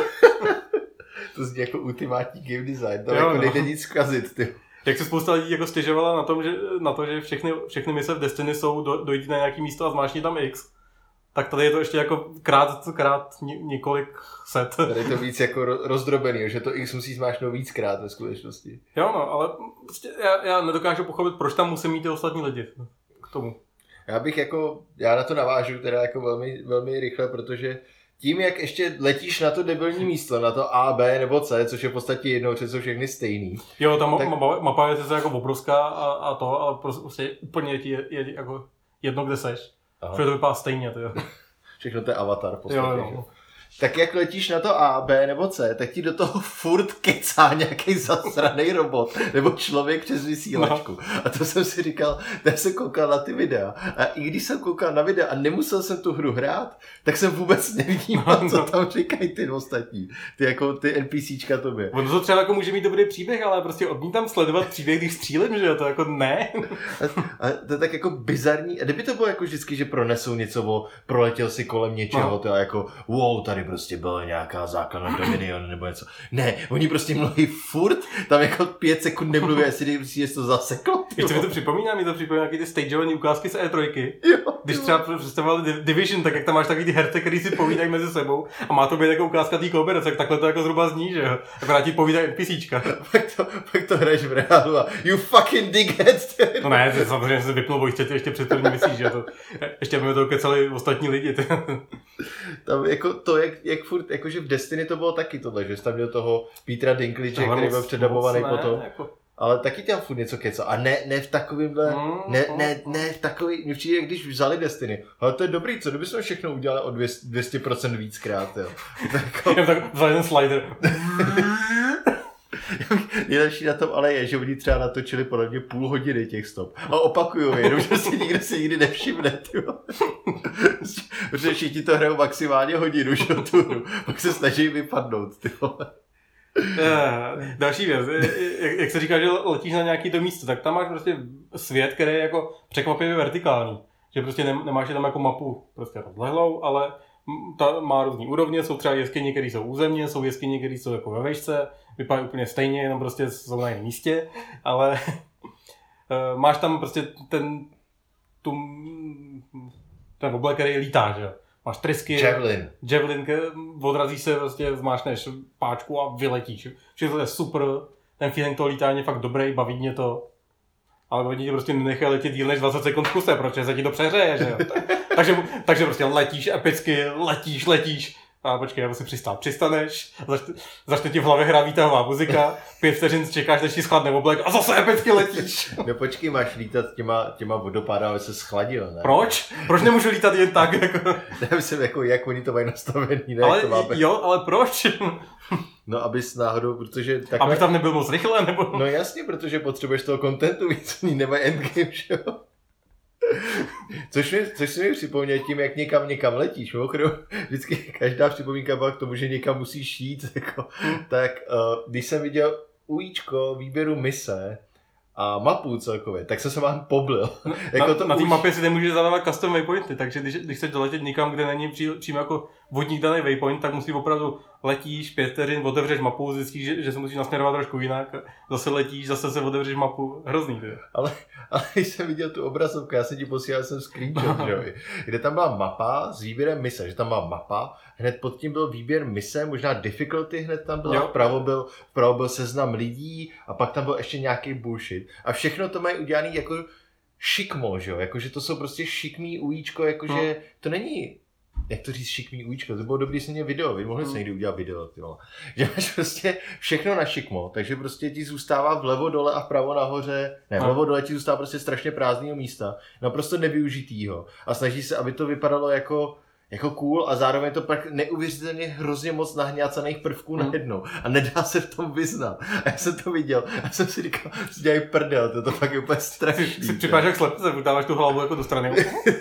To zní jako ultimátní game design, tam jo, jako no. nejde nic zkazit, ty. Jak se spousta lidí jako stěžovala na, tom, že, na to, že všechny, všechny mise v Destiny jsou do, dojít na nějaký místo a zmáčkni tam X, tak tady je to ještě jako krát, krát ně, několik set. Tady je to víc jako rozdrobený, že to X musí zmáčknout víckrát ve skutečnosti. Jo no, ale prostě já, já nedokážu pochopit, proč tam musí mít ty ostatní lidi k tomu. Já bych jako, já na to navážu teda jako velmi, velmi rychle, protože tím, jak ještě letíš na to debilní místo, na to A, B nebo C, což je v podstatě jedno, že jsou všechny stejný. Jo, ta tak... mapa, mapa je zase jako obrovská a, a to, ale prostě úplně ti je, je jako jedno, kde seš. Protože to vypadá stejně, to jo. Všechno to je avatar v podstatě. Jo, jo. Tak jak letíš na to A, B nebo C, tak ti do toho furt kecá nějaký zasranej robot nebo člověk přes vysílačku. No. A to jsem si říkal, já jsem koukal na ty videa a i když jsem koukal na videa a nemusel jsem tu hru hrát, tak jsem vůbec nevnímal, no, no. co tam říkají ty ostatní. Ty jako ty NPCčka tobě. Ono to třeba jako může mít dobrý příběh, ale prostě odmítám sledovat příběh, když střílím, že jo, to jako ne. A, a to je tak jako bizarní. A kdyby to bylo jako vždycky, že pronesou něco o proletěl si kolem něčeho, no. To je jako wow, tady prostě byla nějaká základna Dominion nebo něco. Ne, oni prostě mluví furt, tam jako pět sekund nemluví, jestli si to zaseklo. Ještě mi to připomíná, mi to připomíná nějaký ty stageovaný ukázky z E tři. Jo, když třeba představovali Division, tak jak tam máš takový ty herce, který si povídají mezi sebou a má to být jako ukázka té kooperace, tak takhle to jako zhruba zní, že jo. Akorát ti povídají NPCčka. pak, to, pak to hraješ v reálu a you fucking dickhead. No ne, to samozřejmě se vypnul vojště ještě před první misí, že to, ještě by to kecali ostatní lidi. Tam jako to, jak, jak furt, jakože v Destiny to bylo taky tohle, že jsi tam měl toho Petra Dinklage, který byl předabovaný potom. Jako... Ale taky těm furt něco kecal. A ne, ne v takovýmhle, mm, ne, ne, ne v takový, mě přijde, když vzali Destiny. Ale to je dobrý, co kdyby jsme všechno udělali o dvě stě procent víckrát, jo. Tak, tak vzali ten slider. Nejlepší na tom ale je, že oni třeba natočili podle mě půl hodiny těch stop. A opakujou je, jenom že si nikdo si nikdy nevšimne, tyjo. Protože všichni to hrajou maximálně hodinu, že tu hru. Pak se snaží vypadnout, tyjo. Další věc, jak, jak se říká, že letíš na nějaký to místo, tak tam máš prostě svět, který je jako překvapivě vertikální. Že prostě nemáš tam jako mapu prostě rozlehlou, ale ta má různý úrovně, jsou třeba jeskyně, které jsou územně, jsou jeskyně, které jsou jako ve vejšce, vypadají úplně stejně, jenom prostě jsou na jiném místě, ale máš tam prostě ten, tu, ten oblek, který lítá, že jo. Máš trysky, Javelin, Javelin, odrazíš se, prostě zmášneš páčku a vyletíš. Všechno to je super, ten feeling toho lítání je fakt dobrý, baví mě to. Ale oni ti prostě nenechají letět díl než dvacet sekund v kuse, protože se ti to přehřeje, že jo. takže, takže prostě letíš epicky, letíš, letíš. A počkej, já musím přistát. Přistaneš, začne, začne ti v hlavě hrát výtahová muzika, pět vteřin čekáš, než ti schladne oblek a zase epicky letíš. No počkej, máš lítat těma, těma vodopády, aby se schladil, ne? Proč? Proč nemůžu lítat jen tak? Jako... Já myslím, jako, jak oni to mají nastavený, ne? Ale to máme... jo, ale proč? No, abys náhodou, protože... Takhle... Abych tam nebyl moc rychle, nebo... No jasně, protože potřebuješ toho kontentu víc, oni nemají endgame, že jo? Což, mi, což si mi připomněl tím, jak někam někam letíš. Mimochodem, vždycky každá připomínka byla k tomu, že někam musíš jít. Jako, tak uh, když jsem viděl ujíčko výběru mise a mapu celkově, tak jsem se vám poblil. Na, jako na, to na té už... mapě si nemůžeš zadávat custom waypointy, takže když, když chceš doletět někam, kde není pří, přímo jako vodník daný waypoint, tak musí opravdu letíš pět vteřin, otevřeš mapu, zjistíš, že, že se musíš nasměrovat trošku jinak, zase letíš, zase se otevřeš mapu, hrozný. Ale, ale když jsem viděl tu obrazovku, já jsem ti posílal jsem screenshot, že, kde tam byla mapa s výběrem mise, že tam byla mapa, hned pod tím byl výběr mise, možná difficulty hned tam byla, vpravo byl, vpravo byl seznam lidí a pak tam byl ještě nějaký bullshit. A všechno to mají udělaný jako šikmo, že jo, jakože to jsou prostě šikmý ujíčko, jakože no. To není jak to říct, šikmý ujíčko, to bylo dobrý, když jsi měl video, vy mohli hmm. se někdy udělat video, ty vole. Že máš prostě všechno na šikmo, takže prostě ti zůstává vlevo dole a vpravo nahoře, ne, vlevo dole ti zůstává prostě strašně prázdného místa, naprosto nevyužitýho a snaží se, aby to vypadalo jako jako cool a zároveň to pak neuvěřitelně hrozně moc nahňácaných prvků hmm. najednou a nedá se v tom vyznat. A já jsem to viděl a jsem si říkal, že dělají prdel, to, to fakt je úplně strašný. Si, si připadáš jak slepce, utáváš tu hlavu jako do strany.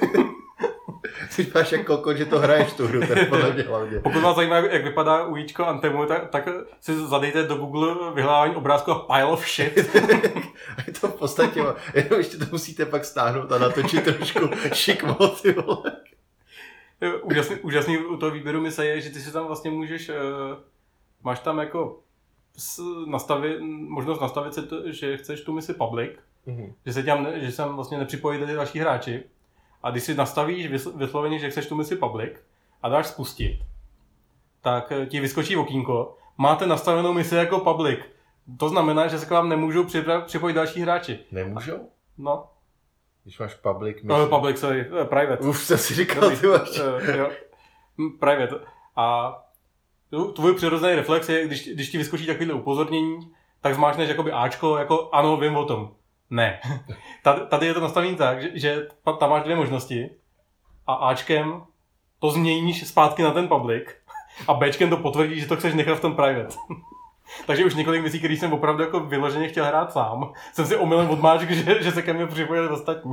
Si připadáš jak kokot, že to hraješ tu hru, ten podle mě hlavně. Pokud vás zajímá, jak vypadá ujíčko Anthemu, tak, tak si zadejte do Google vyhledávání obrázku a pile of shit. A je to v podstatě, jenom ještě to musíte pak stáhnout a natočit trošku šikmo, ty vole. Úžasný, úžasný u toho výběru mise je, že ty si tam vlastně můžeš, uh, máš tam jako nastavit, možnost nastavit si to, že chceš tu misi public, mm-hmm. že se tam, že sem vlastně nepřipojí ty další hráči. A když si nastavíš vysloveně, že chceš tu misi public a dáš spustit, tak ti vyskočí okýnko, máte nastavenou misi jako public. To znamená, že se k vám nemůžou připojit další hráči. Nemůžou? No. Když máš public misi. No, public, sorry, private. Uf, jsem si říkal, ty máš. Jo. Private. A tvůj přirozený reflex je, když, když ti vyskočí takovýhle upozornění, tak zmáčneš jakoby Ačko, jako ano, vím o tom. Ne. Tady, tady je to nastavené tak, že, že tam máš dvě možnosti a Ačkem to změníš zpátky na ten public a Bčkem to potvrdí, že to chceš nechat v tom private. Takže už několik misí, který jsem opravdu jako vyloženě chtěl hrát sám, jsem si omylem odmáčk, že, že se ke mně připojili ostatní.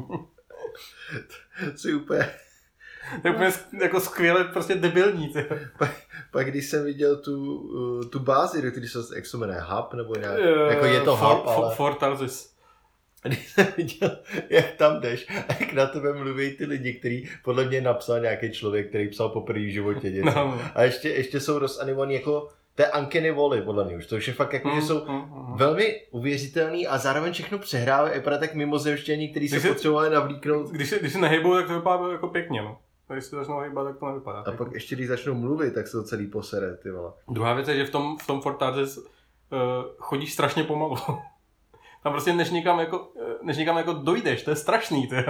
To je úplně... To je úplně jako skvěle, prostě debilní. Pa, pak když jsem viděl tu, tu bázi, který se, jak se jmenuje, Hub, nebo nějak, uh, jako je to for, Hub, ale... Fort Tarsis. Když jsem viděl, jak tam jdeš a jak na tebe mluví ty lidi, který podle mě napsal nějaký člověk, který psal poprvé v životě něco. No. A ještě, ještě jsou rozanimovaný jako té Uncanny Valley, podle mě už. To už je fakt jako, mm, že jsou mm, mm. velmi uvěřitelný a zároveň všechno přehrávají a vypadá tak mimozemštění, který se potřebovali navlíknout. Když se, když se nehejbou, tak to vypadá jako pěkně, no. A když se začnou hejbat, tak to nevypadá. A pak ještě když začnou mluvit, tak se to celý posere, ty vole. Druhá věc je, že v tom, v tom Fort Tarsis uh, chodíš strašně pomalu. Tam prostě než někam jako, než někam jako dojdeš, to je strašný, ty.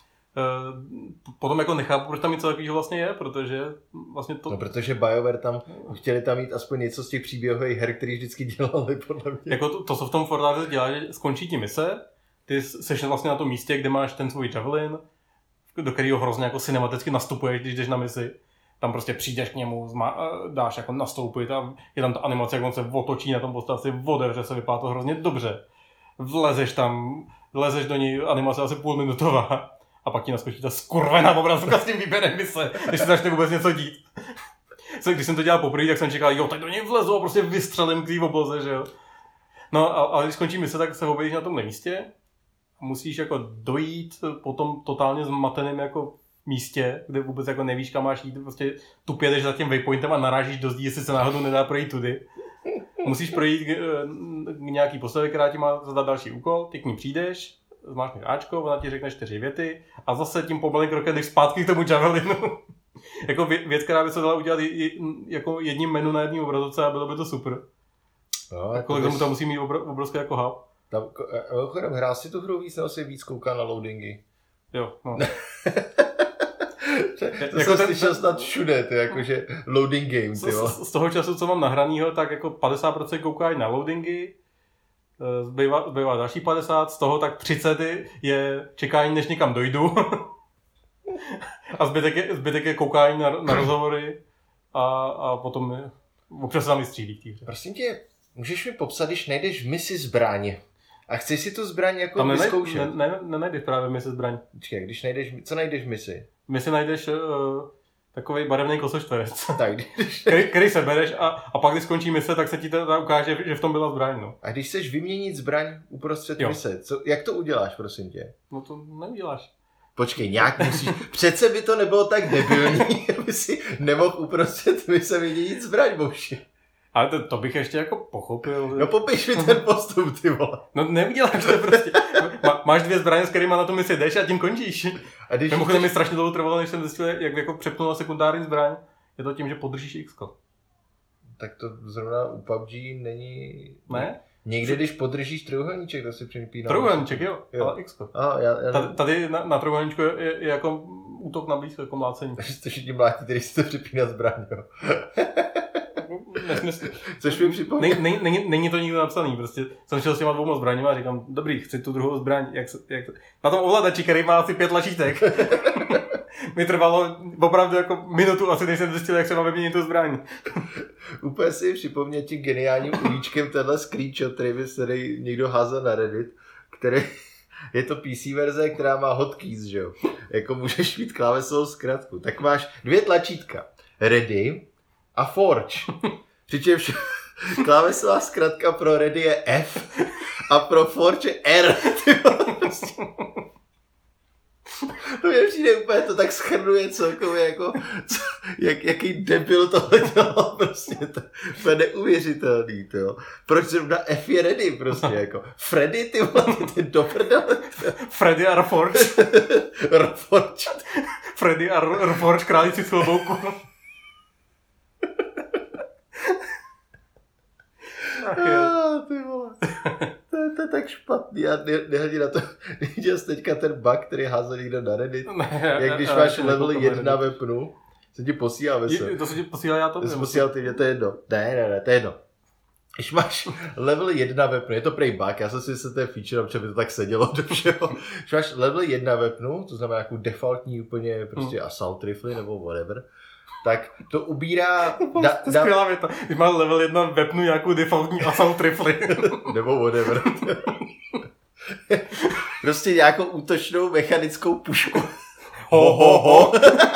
Potom jako nechápu, proč tam něco takového vlastně je, protože vlastně to... No protože BioWare tam chtěli tam mít aspoň něco z těch příběhových her, který vždycky dělali, podle mě. Jako to, to co v tom Fort Tarsis dělá, že skončí ti mise, ty seš vlastně na tom místě, kde máš ten svůj javelin, do kterého hrozně jako cinematicky nastupuješ, když jdeš na misi. Tam prostě přijdeš k němu, dáš jako nastoupit a je tam ta animace, jak on se otočí na tom postavci, otevře se, vypadá to hrozně dobře. Vlezeš tam, vlezeš do ní, animace asi půlminutová a pak ti naskočí ta skurvená obrazovka s tím výběrem mise, když se začne vůbec něco dít. Když jsem to dělal poprvé, tak jsem čekal, jo, tak do něj vlezu a prostě vystřelím k té obloze, že jo. No, ale když skončí mise, tak se objevíš na tomhle místě a musíš jako dojít po tom totálně zmateném jako místě, kde vůbec jako nevíš, kam máš jít, prostě tupě jdeš za tím waypointem a narážíš do zdí, jestli se náhodou nedá projít tudy. Musíš projít k, k nějaký postavě, která ti má zadat další úkol, ty k ní přijdeš, zmáčkneš Ačko, ona ti řekne čtyři věty a zase tím pomalým krokem jdeš zpátky k tomu javelinu. Jako věc, která by se dala udělat jako jedním menu na jedním obrazovce a bylo by to super. No, jako k tomu tam musí mít obrovské jako hub. Tam, chodem, hrál si tu hru víc, nebo si víc kouká na loadingy? Jo, no. to jako jsem ten, slyšel snad všude, to je jakože loading game, ty z, z toho času, co mám nahranýho, tak jako padesát procent koukají na loadingy, zbývá, zbývá další padesát, z toho tak třicet je čekání, než někam dojdu. A zbytek je, zbytek je koukání na, na rozhovory a, a potom je, občas se tam i střílí v té hře. Prosím tě, můžeš mi popsat, když najdeš v misi zbraň a chceš si tu zbraň jako tam vyzkoušet? Tam ne, ne, nenajdeš právě misi zbraň. Počkej, když najdeš, co najdeš v misi? V misi najdeš uh, takovej barevný kosočtverec, tak, když... který, který sebereš a, a pak když skončí mise, tak se ti teda ukáže, že v tom byla zbraň. No. A když chceš vyměnit zbraň uprostřed mise, co, jak to uděláš, prosím tě? No to neuděláš. Počkej, nějak musíš, přece by to nebylo tak debilní, aby si nemohl uprostřed mise vyměnit zbraň, boši. Ale to, to bych ještě jako pochopil. No popiš mi ten postup, ty vole. No neuděláš to prostě. Má, máš dvě zbraně, s kterýma na tom misi jdeš a tím končíš. A když mimochodem mi strašně dlouho trvalo, než jsem zjistil, jak jako přepnul na sekundární zbraň. Je to tím, že podržíš X-ko. Tak to zrovna u P U B G není... Ne? Někdy, když podržíš trojúhelníček, to si připíná. Trojúhelníček, jo, jo, ale X-ko. A, já, já... Tady, tady na, na trojúhelníčku je, je, je jako útok na blízko, jako mlácení. Takže jste všichni mlátí, který si to připíná zbraň, jo. Nesmysl. Což mi připomíná. Ne, ne, není, není to nikdo napsaný, prostě jsem šel s těma dvouma zbraněma a říkám, dobrý, chci tu druhou zbraň, jak, se, jak to... Na tom ovladači, který má asi pět tlačítek. Mi trvalo opravdu jako minutu asi, než jsem zjistil, jak se má vyměnit tu zbraň. Úplně si připomněl tím geniálním ujíčkem tenhle screenshot, který by se tady někdo házel na Reddit, který je to P C verze, která má hotkeys, že jo. Jako můžeš mít klávesovou zkratku. Tak máš dvě tlačítka. Ready a Forge. Přičemž klávesová zkratka pro Ready je F a pro Forge je R. To mě přijde úplně, to tak schrnuje celkově, jako, co, jak, jaký debil tohle dělal, prostě, to, to je neuvěřitelný, to jo. Proč zrovna F je Ready, prostě, jako, Freddy, ty vole, ty do prdele. Freddy a Reforge. Reforge. Freddy a Reforge, králíci z klobouku. Ah, ty vole. To, to je tak špatný. Já ne, nehledí na to, viděl jsi teďka ten bug, který házel někdo na Reddit. Ne, jak když máš level jedna ve pnu, se ti posílá ve se. To se ti posílá, já to. To se posílal ty, mě to je jedno. Ne, ne, ne, to je jedno. Když máš level jedna ve pnu, je to prej bug, já jsem si myslel, že to je feature, protože by to tak sedělo do všeho. Když máš level jedna ve pnu, to znamená jako defaultní úplně prostě hmm. assault rifle nebo whatever, tak to ubírá... Da, to je da, skvělá věta. Když máš level jedna webnu nějakou defaultní assault rifle. Nebo whatever. Prostě nějakou útočnou mechanickou pušku. Ho, ho, ho.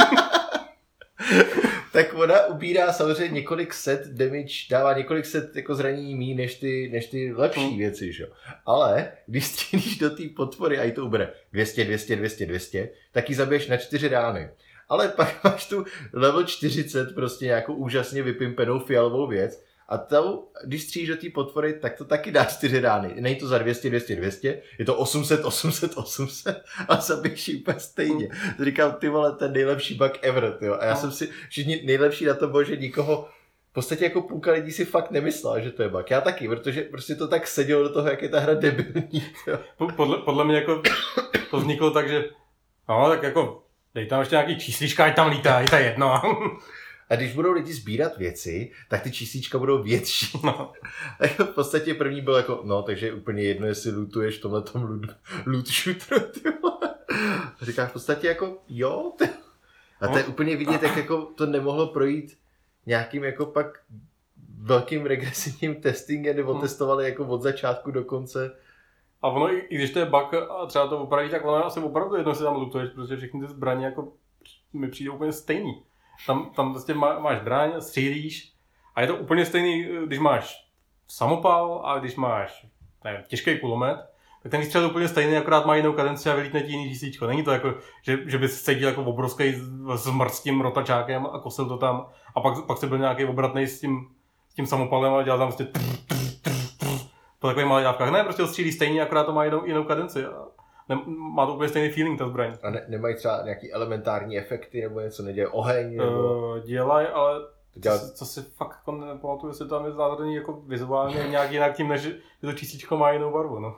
Tak ona ubírá samozřejmě několik set damage, dává několik set jako zranění mí než ty, než ty lepší hmm. věci, že? Ale když střílíš do té potvory a jí to ubere dvě stě, dvě stě, dvě stě, dvě stě, tak ji zabiješ na čtyři rány. Ale pak máš tu level čtyřicet, prostě nějakou úžasně vypimpenou fialovou věc a to, když střílíš do té potvory, tak to taky dá čtyři rány. Není to za dvě stě, dvě stě, dvě stě, je to osm set, osm set, osm set a zabiješ ji úplně stejně. To říkám, ty vole, ten nejlepší bug ever, tyjo. A já jsem si, všichni nejlepší na to bylo, že nikoho, v podstatě jako půlka lidí si fakt nemyslela, že to je bug. Já taky, protože prostě to tak sedělo do toho, jak je ta hra debilní. Podle, podle mě jako to vzniklo tak, že no, tak jako dej tam ještě nějaký číslička, ať tam lítá, je to jedno. A když budou lidi sbírat věci, tak ty číslička budou větší. No. A v podstatě první byl jako, no, takže je úplně jedno, jestli lootuješ v tomhletom loot, loot shooteru, ty vole. A říkáš v podstatě jako, jo, ty. A to je úplně vidět, jak jako to nemohlo projít nějakým jako pak velkým regresivním testingem, nebo testovali jako od začátku do konce. A ono, i když to je bug a třeba to opraví, tak ono je asi opravdu jedno, si tam lootuješ, protože všechny ty zbraně jako mi přijde úplně stejný. Tam, tam vlastně má, máš zbraň, střílíš a je to úplně stejný, když máš samopal a když máš nevím, těžký kulomet, tak ten výstřel je úplně stejný, akorát má jinou kadenci a vylítne ti jiný čísličko. Není to jako, že, že bys seděl jako obrovský zmrt s tím rotačákem a kosil to tam a pak, pak se byl nějaký obratnej s tím, s tím samopalem a dělal tam prostě po takových malých dávkách. Ne, prostě ho střílí stejně, akorát to má jinou, jinou kadenci. A ne, má to úplně stejný feeling, ta zbraň. A ne, nemají třeba nějaký elementární efekty nebo něco, neděje oheň? Nebo... Uh, dělají, ale dělá... co, co si fakt jako nepamatuju, jestli tam je zároveň jako vizuálně nějak jinak tím, než že to čísličko má jinou barvu. No.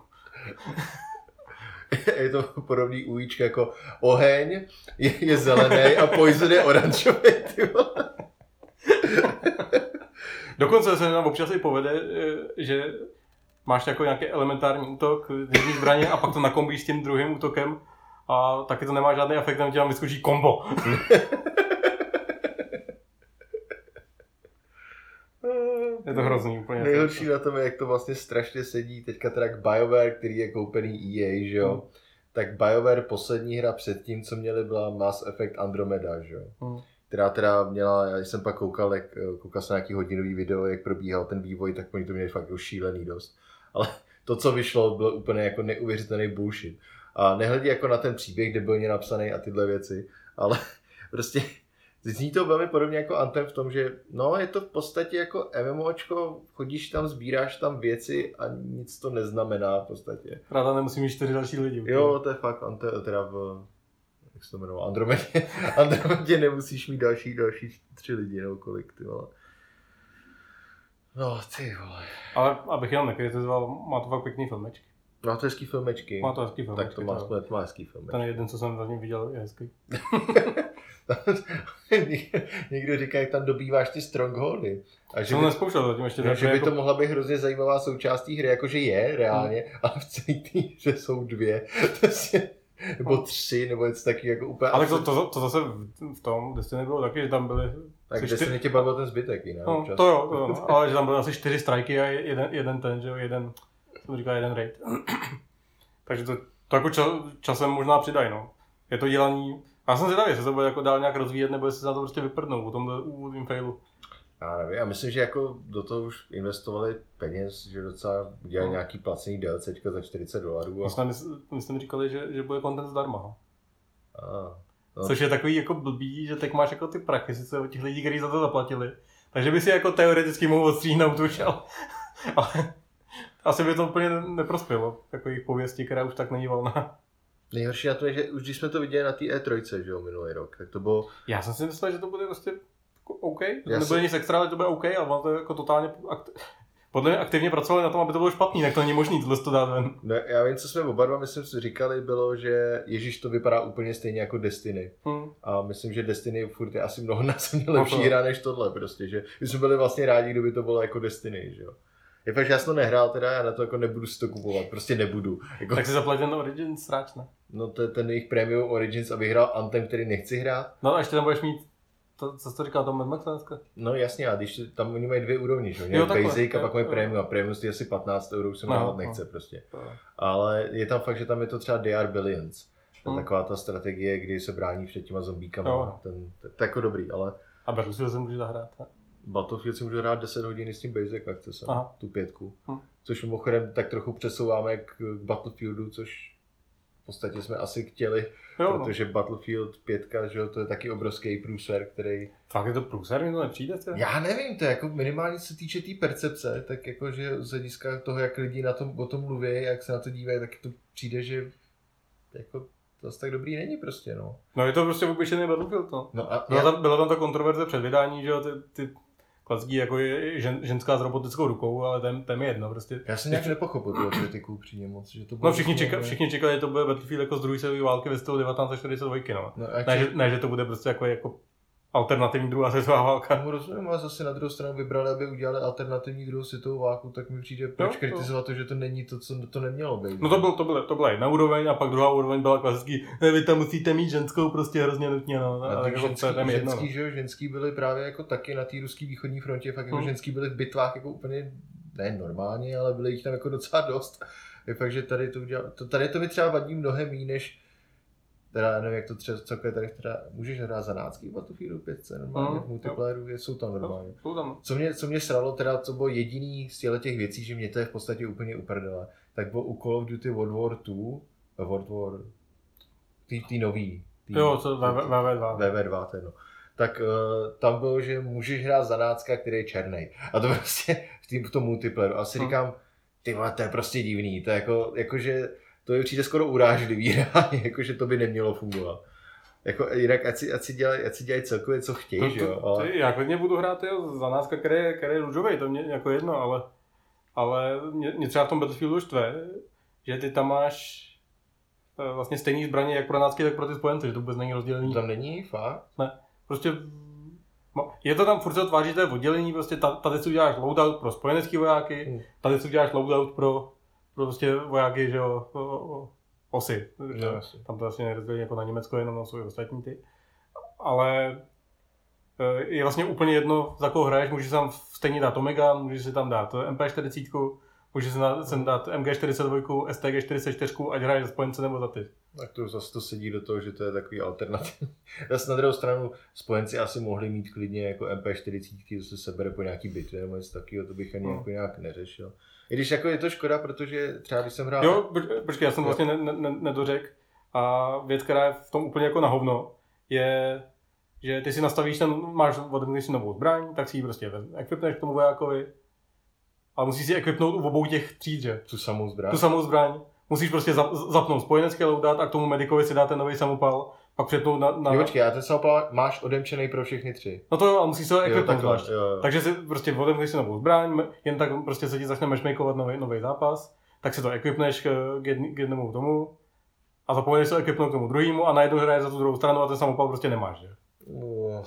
Je to podobný ujíčka jako oheň je, je zelený a poison je oranžový. Dokonce se nám občas i povede, že máš jako nějaký elementární útok z jedné zbraně a pak to nakombíš s tím druhým útokem a taky to nemá žádný efekt, tam ti tam vyskočí kombo. Je to hrozný úplně. Nejhorší na tom je, jak to vlastně strašně sedí teďka teda k BioWare, který je koupený E A, že jo? Hmm. Tak BioWare poslední hra předtím, co měli, byla Mass Effect Andromeda, že jo? Hmm. Která teda měla, já jsem pak koukal, jak, koukal jsem na nějaký hodinový video, jak probíhal ten vývoj, tak oni to měli fakt už šílený dost. Ale to, co vyšlo, bylo úplně jako neuvěřitelný bullshit. A nehledí jako na ten příběh, kde byl napsaný a tyhle věci, ale prostě zní to velmi podobně jako Anthem v tom, že no, je to v podstatě jako MMOčko, chodíš tam, sbíráš tam věci a nic to neznamená v podstatě. Ráda nemusí mít čtyři další lidi. Úplně. Jo, to je fakt Anthem, teda v, jak se to jmenovalo, Andromedě. Andromedě nemusíš mít další, další tři lidi, nebo kolik, ty vole. No, ty vole. Ale abych jenom nekritizoval, má to fakt pěkný filmečky. Má to hezký filmečky. Má to hezký filmečky. Tak to má, to má hezký filmečky. Ten jeden, co jsem za ním viděl, je hezký. Někdo říká, jak tam dobýváš ty strongholdy. A že jsem by, nespouštěl zatím ještě. Ne, že by jako... to mohla být hrozně zajímavá součást té hry, jakože je reálně, hmm. ale v celé té hře jsou dvě. Nebo tři, nebo něco taky jako úplně... Ale to, to, to zase v tom Destiny bylo taky, že tam byly... Tak Destiny čtyři... tě bavil ten zbytek jinak. No, to jo, to jo, ale že tam byly asi čtyři strajky a jeden, jeden ten, že jo, jeden, jsem říkal, jeden raid. Takže to, to jako čas, časem možná přidají, no. Je to dělaný... Já jsem zvědavý, jestli se to bude jako dál nějak rozvíjet, nebo jestli se na to prostě vyprdnou po tomhle úvodním failu. Já nevím, já myslím, že jako do toho už investovali peněz, že docela udělali no. nějaký placený DLCčka za čtyřicet dolarů. A... My jsme, my jsme říkali, že, že bude content zdarma. A, no. Což je takový jako blbý, že teď máš jako ty prachy sice od těch lidí, kteří za to zaplatili. Takže by si jako teoreticky mohl odstříhnout už, ale, ale asi by to úplně neprospělo. Takových pověstí, která už tak není volná. Nejhorší na to je, že už když jsme to viděli na té E tři, že jo, minulý rok, tak to bylo... Já jsem si myslel, že to bude prostě OK, to Já nebude si... nic extra, ale to bude OK, ale ono to je jako totálně... Akti... Podle mě aktivně pracovali na tom, aby to bylo špatný, tak to není možný tohle to dát ven. Ne, já vím, co jsme oba dva, myslím si říkali, bylo, že Ježíš to vypadá úplně stejně jako Destiny. Hmm. A myslím, že Destiny furt je asi mnohonásobně lepší hra než tohle prostě, že my jsme byli vlastně rádi, kdyby to bylo jako Destiny, že jo. Je fakt, že já jsem to nehrál teda, já na to jako nebudu si to kupovat, prostě nebudu. Jako... Tak si zaplatil na Origins sráč, ne? No to je ten jejich premium Origins, abych hrál Anthem, který nechci hrát. No a ještě tam budeš mít, to, co jsi to říkal, to Mad Max dneska? No jasně, a když tam oni mají dvě úrovně, že jo, basic a pak mají premium a premium je asi patnáct euro, už se dávat nechce no. prostě. No. Ale je tam fakt, že tam je to třeba D R Billions. To je hmm. taková ta strategie, kdy se brání před těma zombíkama, no. ten, to, to je jako dobrý, ale... A Battlefield se může zahrát, ne? Battlefield si může hrát deset hodin s tím basic accessem, tu pětku. Hm. Což mimochodem tak trochu přesouváme k, k Battlefieldu, což v podstatě jsme asi chtěli, jo, protože no. Battlefield pět, že jo, to je taky obrovský průser, který... Fakt je to průser, mi to nepřijde? Tě? Já nevím, to je jako minimálně se týče té tý percepce, tak jakože z hlediska toho, jak lidi na tom, o tom mluví, jak se na to dívají, tak to přijde, že jako to zase tak dobrý není prostě, no. No je to prostě obyčejný Battlefield, no. no a byla, já... tam, byla tam ta kontroverze před vydání, že jo, ty, ty klasický jako je žen, ženská s robotickou rukou, ale to je mi jedno prostě. Já jsem nějak nepochopil tu kritiku přímě moc, že to bylo... No všichni, čeka, všichni čekali, že to bude Battlefield jako z druhé světové války ve stylu devatenáct čtyřicet dva, no. no ne, že, ne, že to bude prostě jako, jako alternativní druhá světová válka. Tomu rozumím, ale zase na druhou stranu vybrali, aby udělali alternativní druhou světovou válku, tak mi přijde proč no, kritizovat to, že to není to, co to nemělo být. No to, byl, to, byl, to byla jedna úroveň a pak druhá úroveň byla klasický, vy tam musíte mít ženskou prostě hrozně nutně, no. A, a jako ženský, ženský, jedno, ženský, no. že jo, ženský byli právě jako taky na té ruské východní frontě, fakt jako hmm. ženský byli v bitvách jako úplně, ne normálně, ale byli jich tam jako docela dost. Je fakt, že tady to udělal, to, tady to mi třeba vadí mnohem méně, než teda nevím, jak to třeba, co je tady, teda, můžeš hrát za nácky v Battlefieldu pět normálně, mm, v multiplayeru, je, jsou tam normálně. Jsou tam. Co mě, co mě sralo, teda, co bylo jediný z těch věcí, že mě to je v podstatě úplně uprdele, tak bylo u Call of Duty World War dva, World War, tý, tý nový. Tý, jo, co, V V dva. V V dva, to je no. Tak uh, tam bylo, že můžeš hrát za nácka, který je černý. A to prostě v, tým, v tom multiplayeru. A si mm. říkám, ty vole, to je prostě divný, to je jako, jakože, to je určitě skoro urážlivý, reálně, jakože to by nemělo fungovat. Jako, jinak ať si, ať si, dělají, ať si dělají celkově, co chtějí, to, to, že jo. Ale... Já klidně budu hrát jo, za nácka, který je, který je růžovej, to mě jako jedno, ale, ale mě, mě třeba v tom Battlefieldu štve, že ty tam máš vlastně stejný zbraně jak pro nácky, tak pro ty spojence, že to vůbec není rozdělený. Tam není, fakt? Ne, prostě je to tam furt se tváří, to je oddělení, prostě tady si uděláš loadout pro spojenecký vojáky, hmm. tady si uděláš loadout pro pro prostě vojáky, že jo, o, o, osy, že no, tam to asi nerozdělí jako na Německo, jenom na svoje ostatní ty. Ale je vlastně úplně jedno, za koho hraješ, můžeš tam stejně dát Omega, můžeš si tam dát M P čtyřicet, můžeš si tam dát M G čtyřicet dva, S T G čtyřicet čtyři, ať hraješ za spojence nebo za ty. Tak to zase to sedí do toho, že to je takový alternativ. Zase na druhou stranu spojenci asi mohli mít klidně jako M P čtyřicet, to se sebere po nějaký bitvě nebo něco takového, to bych ani no. jako nějak neřešil. I když jako je to škoda, protože třeba když jsem hrál... Jo, počkej, já jsem vlastně ne, ne, nedořekl a věc, která je v tom úplně jako na hovno, je, že ty si nastavíš ten, máš odemkneš si novou zbraň, tak si ji prostě ekvipneš k tomu vojákovi a musíš si ekvipnout u obou těch tříd, že? Tu samou zbraň. Tu samou zbraň. Musíš prostě zapnout spojenecký loadout a k tomu medikovi si dáte nový samopal, pak přepnout na... na... Jo, počkej, a ten samopal máš odemčený pro všechny tři. No to jo, a musíš se ho ekvipnout zvlášť. Takže si prostě odemkneš si novou zbraň, jen tak prostě se ti začne matchmakeovat nový, nový zápas, tak si to equipneš k, jedn, k jednomu tomu a zapomeneš se equipnout k tomu druhému a najednou hraješ za tu druhou stranu a ten samopal prostě nemáš, že? No,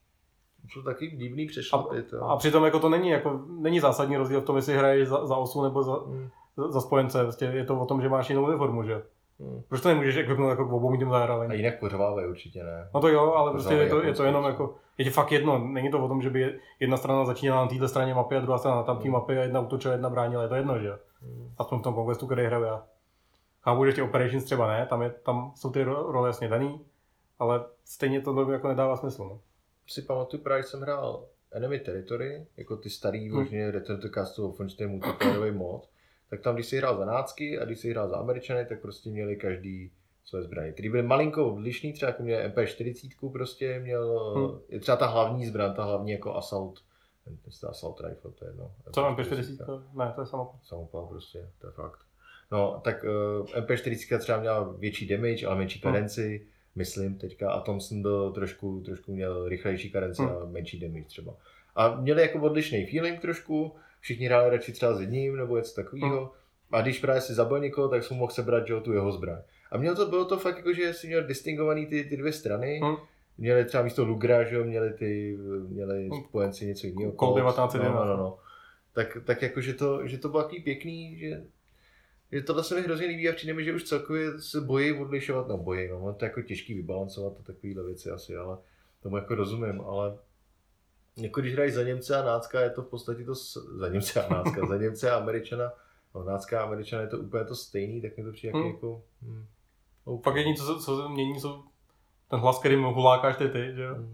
to jsou takový divný přešlapy. A, a přitom jako to není, jako, není zásadní rozdíl v tom, jestli hraješ za, za osu nebo za, hmm. za, za spojence. Prostě je to o tom, že máš jinou uniformu, že? Hmm. Proč to nemůžeš equipnout jako k obou těm zahrávání? A jinak pořvávají určitě ne. No to jo, ale prostě je to, je to jenom jako, je to fakt jedno, není to o tom, že by jedna strana začínala na této straně mapy a druhá strana na tamtý hmm. mapy a jedna útočila, jedna bránila, je to jedno, že? Hmm. Aspoň v tom Conquestu, který hraju já. Chápu, že ještě Operations třeba ne, tam, je, tam jsou ty role jasně daný, ale stejně to jako nedává smysl. No. Si pamatuju, právě jsem hrál Enemy Territory, jako ty starý hmm. možně Return to Castle Wolfenstein multiplayerový mod, tak tam, když si hrál za nácky a když si hrál za Američany, tak prostě měli každý své zbraně, který byly malinko odlišný, třeba jako měl em pé čtyřicet, prostě měl, hmm. je třeba ta hlavní zbraň, ta hlavní jako Assault, to je Assault Rifle, to je jedno. Co em pé čtyřicet? Ne, to je samopal. Samopal prostě, to je fakt. No, tak uh, em pé čtyřicet třeba měla větší damage, ale menší kadenci, hmm. myslím teďka, a Thompson byl trošku, trošku měl rychlejší kadenci hmm. a menší damage třeba. A měli jako odlišný feeling trošku, všichni hráli radši třeba s jedním nebo něco takového. Hmm. A když právě si zabil někoho, tak jsem mohl sebrat, že, tu jeho zbraň. A mělo to, bylo to fakt jako, že si měl distingovaný ty, ty dvě strany. Hmm. Měli třeba místo Lugra, že měli ty, měli spojenci něco jiného. Colt devatenáct set jedenáct. No, no, no. Tak, tak jako, že to, že to bylo takový pěkný, že že tohle se mi hrozně líbí a přijde mi, že už celkově se bojí odlišovat, no bojí, no, to je jako těžký vybalancovat a takovýhle věci asi, ale tomu jako rozumím, ale jako když hrají za Němce a Nácka, je to v podstatě to, za Němce a Nácka, za Němce a Američana, no Nácka a Američana je to úplně to stejný, tak mi to přijde hmm. jako, hmm, okay. Pak jediný, co, co se mění, jsou ten hlas, kterým hulákáš ty ty, že jo, hmm.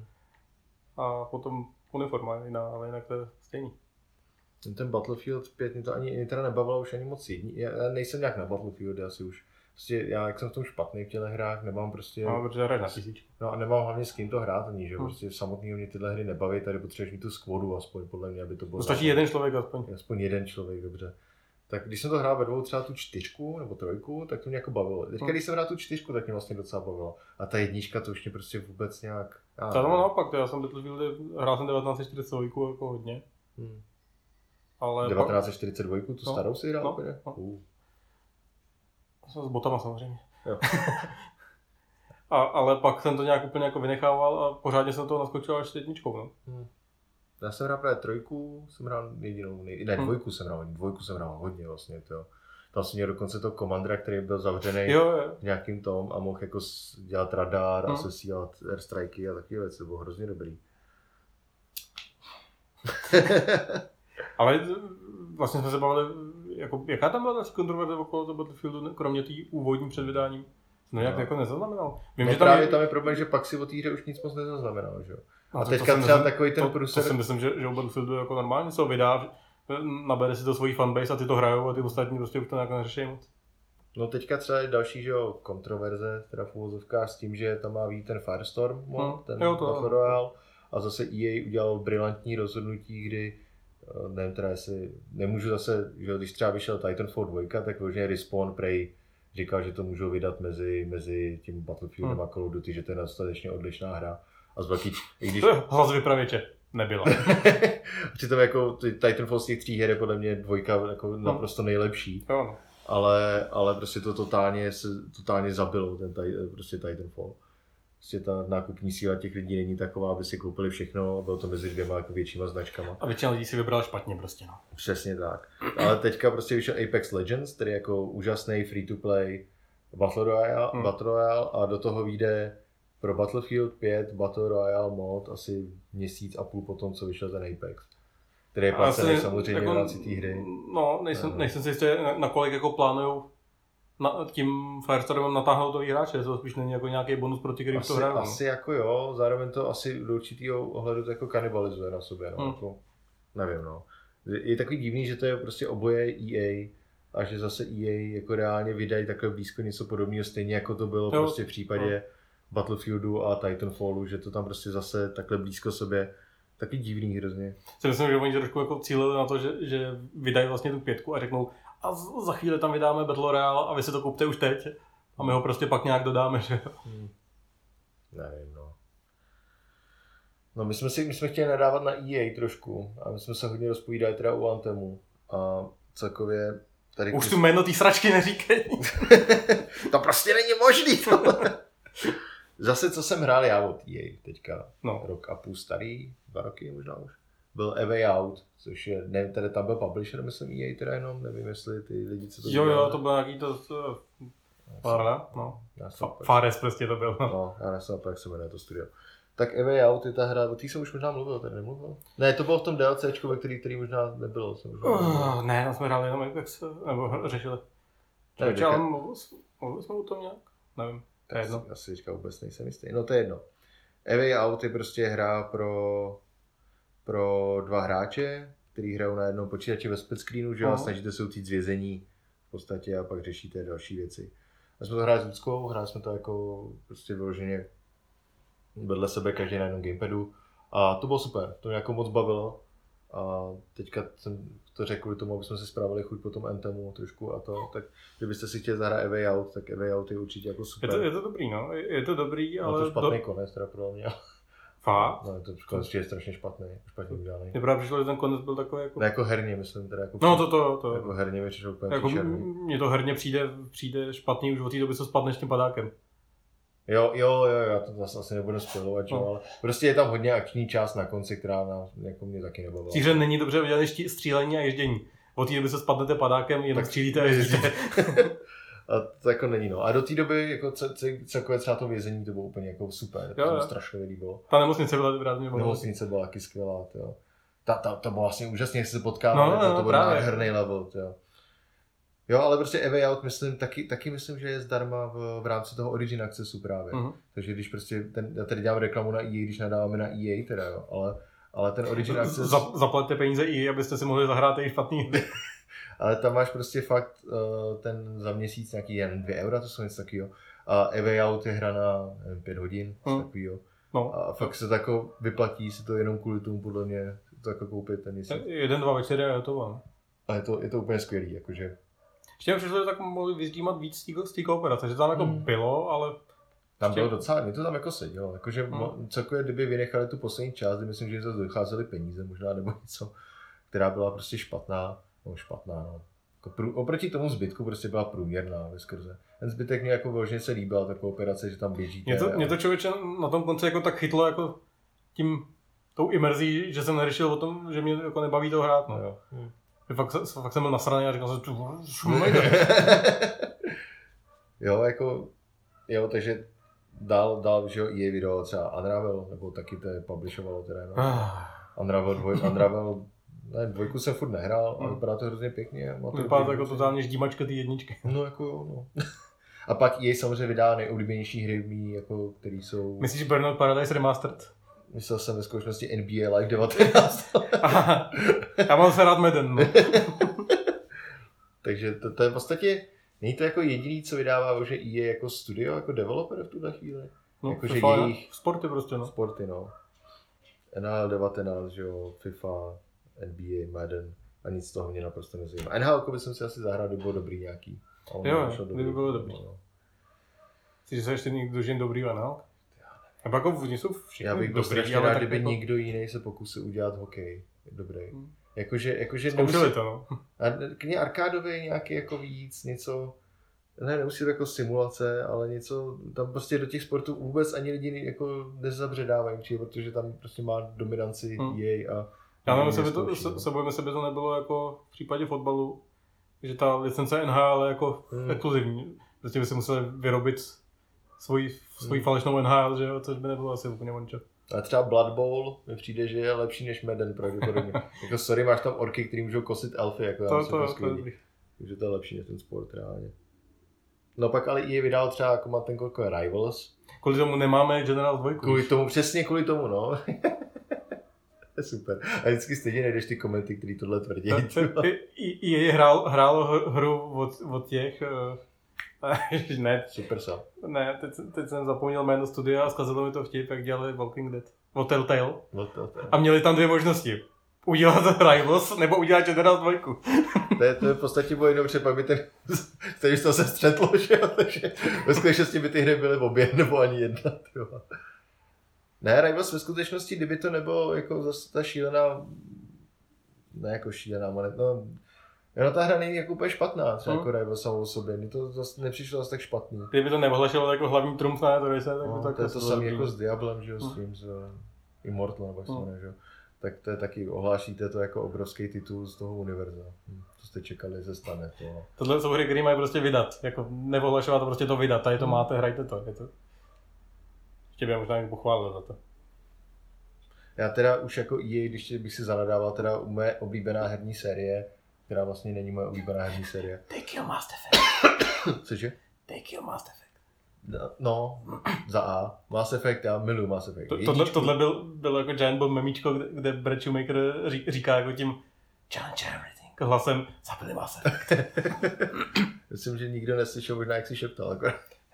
a potom uniforma jiná, ale jinak to je stejný. Ten Battlefield pět mě to ani mě teda nebavilo už ani moc jední. Já nejsem nějak na Battlefield, asi už. Prostě já, jak jsem v tom špatný v těchto hrách, nemám prostě... No, protože hraješ na tisíčku. No a nemám hlavně s kým to hrát ani, že? Hmm. Prostě samotného mě tyhle hry nebaví, tady potřebuješ mít tu squadu aspoň, podle mě, aby to bylo... Stačí jeden člověk aspoň. Aspoň jeden člověk, dobře. Tak když jsem to hrál ve dvou třeba tu čtyřku nebo trojku, tak to mě jako bavilo. Teďka, hmm. když jsem hrál tu čtyřku, tak mě vlastně docela bavilo. A ta jednička to už mě prostě vůbec nějak... Já to mám naopak, já jsem Battlefield, hrál jsem devatenáct set čtyřicet dva jako hodně. Hmm. Ale devatenáct set čtyřicet dva, tu no, starou si hrál no, úplně? No. Uh. S botama samozřejmě. Jo. a, ale pak jsem to nějak úplně jako vynechával a pořádně jsem to naskočil až s jedničkou. No. Hmm. Já jsem hrál právě trojku, jsem hrál jedinou, nej... ne dvojku hmm. jsem hrál, dvojku jsem hrál hodně vlastně. To. Tam jsem měl dokonce toho komandra, který byl zavřený jo, jo. v nějakým tom a mohl jako dělat radar hmm. a sesílat airstriky a takové věci, to bylo hrozně dobrý. Ale vlastně jsme se bavili, jako, jaká tam byla další kontroverze okolo toho Battlefieldu, kromě té úvodní před vydáním? No nějak no. jako nezaznamenal. Vím, no že tam právě je... tam je problém, že pak si o té hře už nic moc nezaznamenal, že jo? A, a teďka třeba takový ten průser... To si myslím, že, že u Battlefieldu jako normálně se ho vydá, nabere si to svojí fanbase a ty to hrajou a ty ostatní prostě už to nějak neřeší moc. No teďka třeba je další, že jo, kontroverze, teda v uvozovkách s tím, že tam má být ten Firestorm mod, hmm. ten Battle Royale a zase E A udělal brilantní rozhodnutí, kdy nevím teda, jestli nemůžu zase, že když třeba vyšel Titanfall dva, tak možná Respawn prej říkal, že to můžou vydat mezi, mezi tím Battlefieldem hmm. a Call of Duty, že to je dostatečně odlišná hra. A z velký, i když... Hlas vypravěče nebyla. Přitom jako Titanfall z těch tří her je podle mě dvojka jako hmm. naprosto nejlepší. Jo. Ale, ale prostě to totálně, se, totálně zabilo, ten prostě Titanfall. Prostě ta nákupní síla těch lidí není taková, aby si koupili všechno, bylo to mezi dvěma jako většíma značkama. A většina lidí si vybrala špatně prostě, no. Přesně tak. Ale teďka prostě vyšel Apex Legends, který je jako úžasný free-to-play Battle Royale, hmm. Battle Royale a do toho vyjde pro Battlefield pět Battle Royale mod asi měsíc a půl potom, co vyšel ten Apex. Který je placený samozřejmě jako, v rámci té hry. No, nejsem, no. nejsem si jistý, na kolik jako plánujou na, tím Firestormem natáhnout toho hráče, to spíš není jako nějaký bonus pro ty, kteří to hrají. Asi jako jo, zároveň to asi do určitého ohledu to jako kanibalizuje na sobě, no. Hmm. Jako, nevím, no. Je takový divný, že to je prostě oboje E A a že zase E A jako reálně vydají takhle blízko něco podobného, stejně jako to bylo jo. prostě v případě no. Battlefieldu a Titanfallu, že to tam prostě zase takhle blízko sobě. Taky divný hrozně. Si myslím, že oni trošku jako cílili na to, že, že vydají vlastně tu pětku a řeknou a za chvíli tam vydáme Battle Royale a vy si to kupte už teď a my ho prostě pak nějak dodáme, že jo. Hmm. Nevím, no. No my jsme si, my jsme chtěli nadávat na E A trošku a my jsme se hodně rozpovídali teda u Anthemu a celkově Tady už kus... tu jméno té sračky neříkej. To prostě není možný. To. Zase, co jsem hrál já od E A teďka, no. rok a půl starý, dva roky možná už, byl A Way Out, což je, nevím, tady tam byl publisher, myslím E A teda jenom, nevím, jestli ty lidi, co to Jo, dělali. Jo, to byl nějaký to, to Fara, no, Fa- Fares prostě to byl. No, já nevím, jak se jmenuje to studio. Tak A Way Out je ta hra, o té jsem už možná mluvil, tady nemluvil? Ne, to bylo v tom DLCčku, ve který, který možná nebylo. Jsem možná uh, ne, tam jsme hráli jenom jak se, nebo řešili. Člověče, ale mluvili jsme o tom nějak? Nevím, to je jedno. Já si teďka vůbec nejsem jistý, no to je jedno. A Way Out je prostě hra pro, pro dva hráče, který hrajou na jednom počítači ve split screenu, že uh-huh. snažíte se utíct z vězení v podstatě a pak řešíte další věci. My jsme to hráli s Luckou, hráli jsme to jako prostě vyloženě vedle sebe, každý na jednom gamepadu a to bylo super, to mě jako moc bavilo a teďka jsem to řekl kvůli tomu, aby jsme si spravili chuť po tom Anthemu trošku a to, tak kdybyste si chtěli zahrát A Way Out, tak A Way Out je určitě jako super. Je to, je to dobrý, no, je to dobrý, ale... No to špatný do... konec teda pro mě. Fakt? No to konec je strašně špatný, špatně udělaný. Mně právě přišlo, že ten konec byl takový jako... Ne, jako herně myslím, teda jako... No to to, to. Jako herně mi přišlo úplně jako mně to herně přijde, přijde špatný už od té doby, co spadneš tím padákem. Jo, jo, jo, já to zase asi nebudu spojovat, no. Ale prostě je tam hodně akční část na konci, která na, jako mě taky nebavila. Cíře není dobře udělané střílení a ježdění. Od té doby se spadnete padákem, jenom tak střílíte a jezdíte. A to jako není, no. A do té doby, jako celkově třeba to vězení, to bylo úplně jako super, to jo, strašně líbilo. Ta nemocnice byla dobrá, mě bavila. Nemocnice byla taky skvělá, jo. Ta, ta, ta byla vlastně úžasně, jestli se potkávali, no, no, to, to byl nádherný level, jo. Jo, ale prostě A Way Out, myslím, taky, taky myslím, že je zdarma v, v rámci toho Origin Accessu právě. Uh-huh. Takže když prostě, ten, já tady dělám reklamu na E A, když nadáváme na E A teda, jo, ale, ale ten Origin Access... Za, zaplaťte peníze E A, abyste si mohli zahrát i špatný hry. Ale tam máš prostě fakt uh, ten za měsíc nějaký jen dvě eura, to jsou něco takového. A A Way Out je hra na nevím, pět hodin, uh-huh. takového. No. A fakt se to jako vyplatí si to jenom kvůli tomu, podle mě, to jako koupit ten měsíc. Jeden, dva večery a je to vám. A je to, je to úplně skvělý, jakože... Ještě mi přišlo, že tak mohli vyzdímat víc z té kooperace, že tam jako hmm. bylo, ale... Tam bylo docela, mě to tam jako sedělo, jakože hmm. celkově, kdyby vynechali tu poslední část, kdy myslím, že zase docházely peníze možná nebo něco, která byla prostě špatná, no špatná, no. Jako prů, oproti tomu zbytku prostě byla průměrná ve skrze. Ten zbytek mě jako vyloženě se líbila, ta kooperace, že tam běží. Mě to, mě to člověče na tom konci jako tak chytlo jako tím, tou imerzí, že jsem neřešil o tom, že mě jako nebaví to hrát, no. Jo. Hmm. Fakt, fakt jsem byl nasraný a říkal jsem, co nejde. Jo, jako, jo, takže dál, dál, že jo, E A vydal třeba Unravel, nebo taky to publishovalo teda, no. Unravel, dvoj, Unravel, ne, dvojku jsem furt nehrál, ale vypadá to hrozně pěkně. Vypadá to jako totálně ždímačka ty jedničky. No, jako jo, no. A pak E A samozřejmě vydá nejoblíbenější hry mý, jako, který jsou... Myslíš Burnout Paradise Remastered? Myslel jsem ve skutečnosti N B A Live devatenáct. Já mám se rád Madden, no. Takže to, to je v podstatě, není to jako jediný, co vydává, že E A jako studio, jako developer v tuhle chvíli. No, jako, FIFA, že jejich... Sporty prostě, no. Sporty, no. N H L devatenáct, že jo, FIFA, N B A, Madden a nic z toho mě naprosto nezajímá. N H L by jsem si asi zahrál, kdyby bylo dobrý nějaký. Jo, kdyby bylo dobrý. No. Chceš, že se ještě někdo žen dobrý N H L? A jako oni jsou všichni já bych byl strašně rád, kdyby jako... někdo jiný se pokusil udělat hokej. Dobrý. Hmm. Jakože, jakože Zkoušeli nemusí... to, no. A arkádový nějaký jako víc, něco, ne, nemusí to jako simulace, ale něco, tam prostě do těch sportů vůbec ani lidi jako nezabředávají, protože tam prostě má dominanci hmm. E A a... Já nevím, se, to, se, se bojíme, se by to nebylo jako v případě fotbalu, že ta licence N H L je jako hmm. exkluzivní. Prostě by si museli vyrobit svoji, svoji hmm. falešnou N H L, že jo, což by nebylo asi úplně mončo. A třeba Blood Bowl mi přijde, že je lepší než Madden pravděpodobně. Jako sorry, máš tam orky, který můžou kosit elfy, jako to, to, to je dobrý. Takže to je lepší než ten sport reálně. No pak ale E A vydal třeba jako má ten jako Rivals. Kvůli tomu nemáme General dva. Kvůli tomu, přesně kvůli tomu, no. Super. A vždycky stejně nejdeš ty komenty, který tohle tvrdí. E A hrál, hrálo hru od, od těch... ne, Super sám. Ne, teď, teď jsem zapomněl jméno studia a zkazilo mi to vtip, jak dělali Walking Dead. Od Telltale. A měli tam dvě možnosti. Udělat Rivals nebo udělat General dva. To je, to je v podstatě bylo jenom třeba, by ten, teď to se střetlo, že jo, takže ve skutečnosti by ty hry byly obě, nebo ani jedna, tyjo. Ne, Rivals ve skutečnosti, kdyby to nebylo jako zase ta šílená, ne jako šílená monet, no, No ta hra není jako úplně špatná, třeba hmm. jako Rival samou o sobě, mi to zase nepřišlo zase tak špatný. Kdyby to neohlašovalo jako hlavní trumf na to, tak no, to, to je to samé jako s Diablem, že jo, s tím, s Immortal, nebo jak se jmenuje, že jo. Tak to je taky, ohlášíte to jako obrovský titul z toho univerza. Hm, to jste čekali, se stane to. Tohle jsou hry, které mají prostě vydat, jako neohlašovat, to prostě to vydat, tady to máte, hrajte to. Je to... Ještě by já možná někdo pochválil za to. Já teda už jako E A, když bych si zanadával, teda moje oblíbená herní série, která vlastně není moje oblíbená herní série. They kill Mass Effect. Cože? They kill Mass Effect. No, za A. Mass Effect, já miluji Mass Effect. To, tohle, tohle byl, byl jako Giant Bomb memíčko, kde, kde Brad Shoemaker ří, říká jako tím challenge everything hlasem zabili Mass Effect. Myslím, že nikdo neslyšel, možná jak si šeptal. Jako...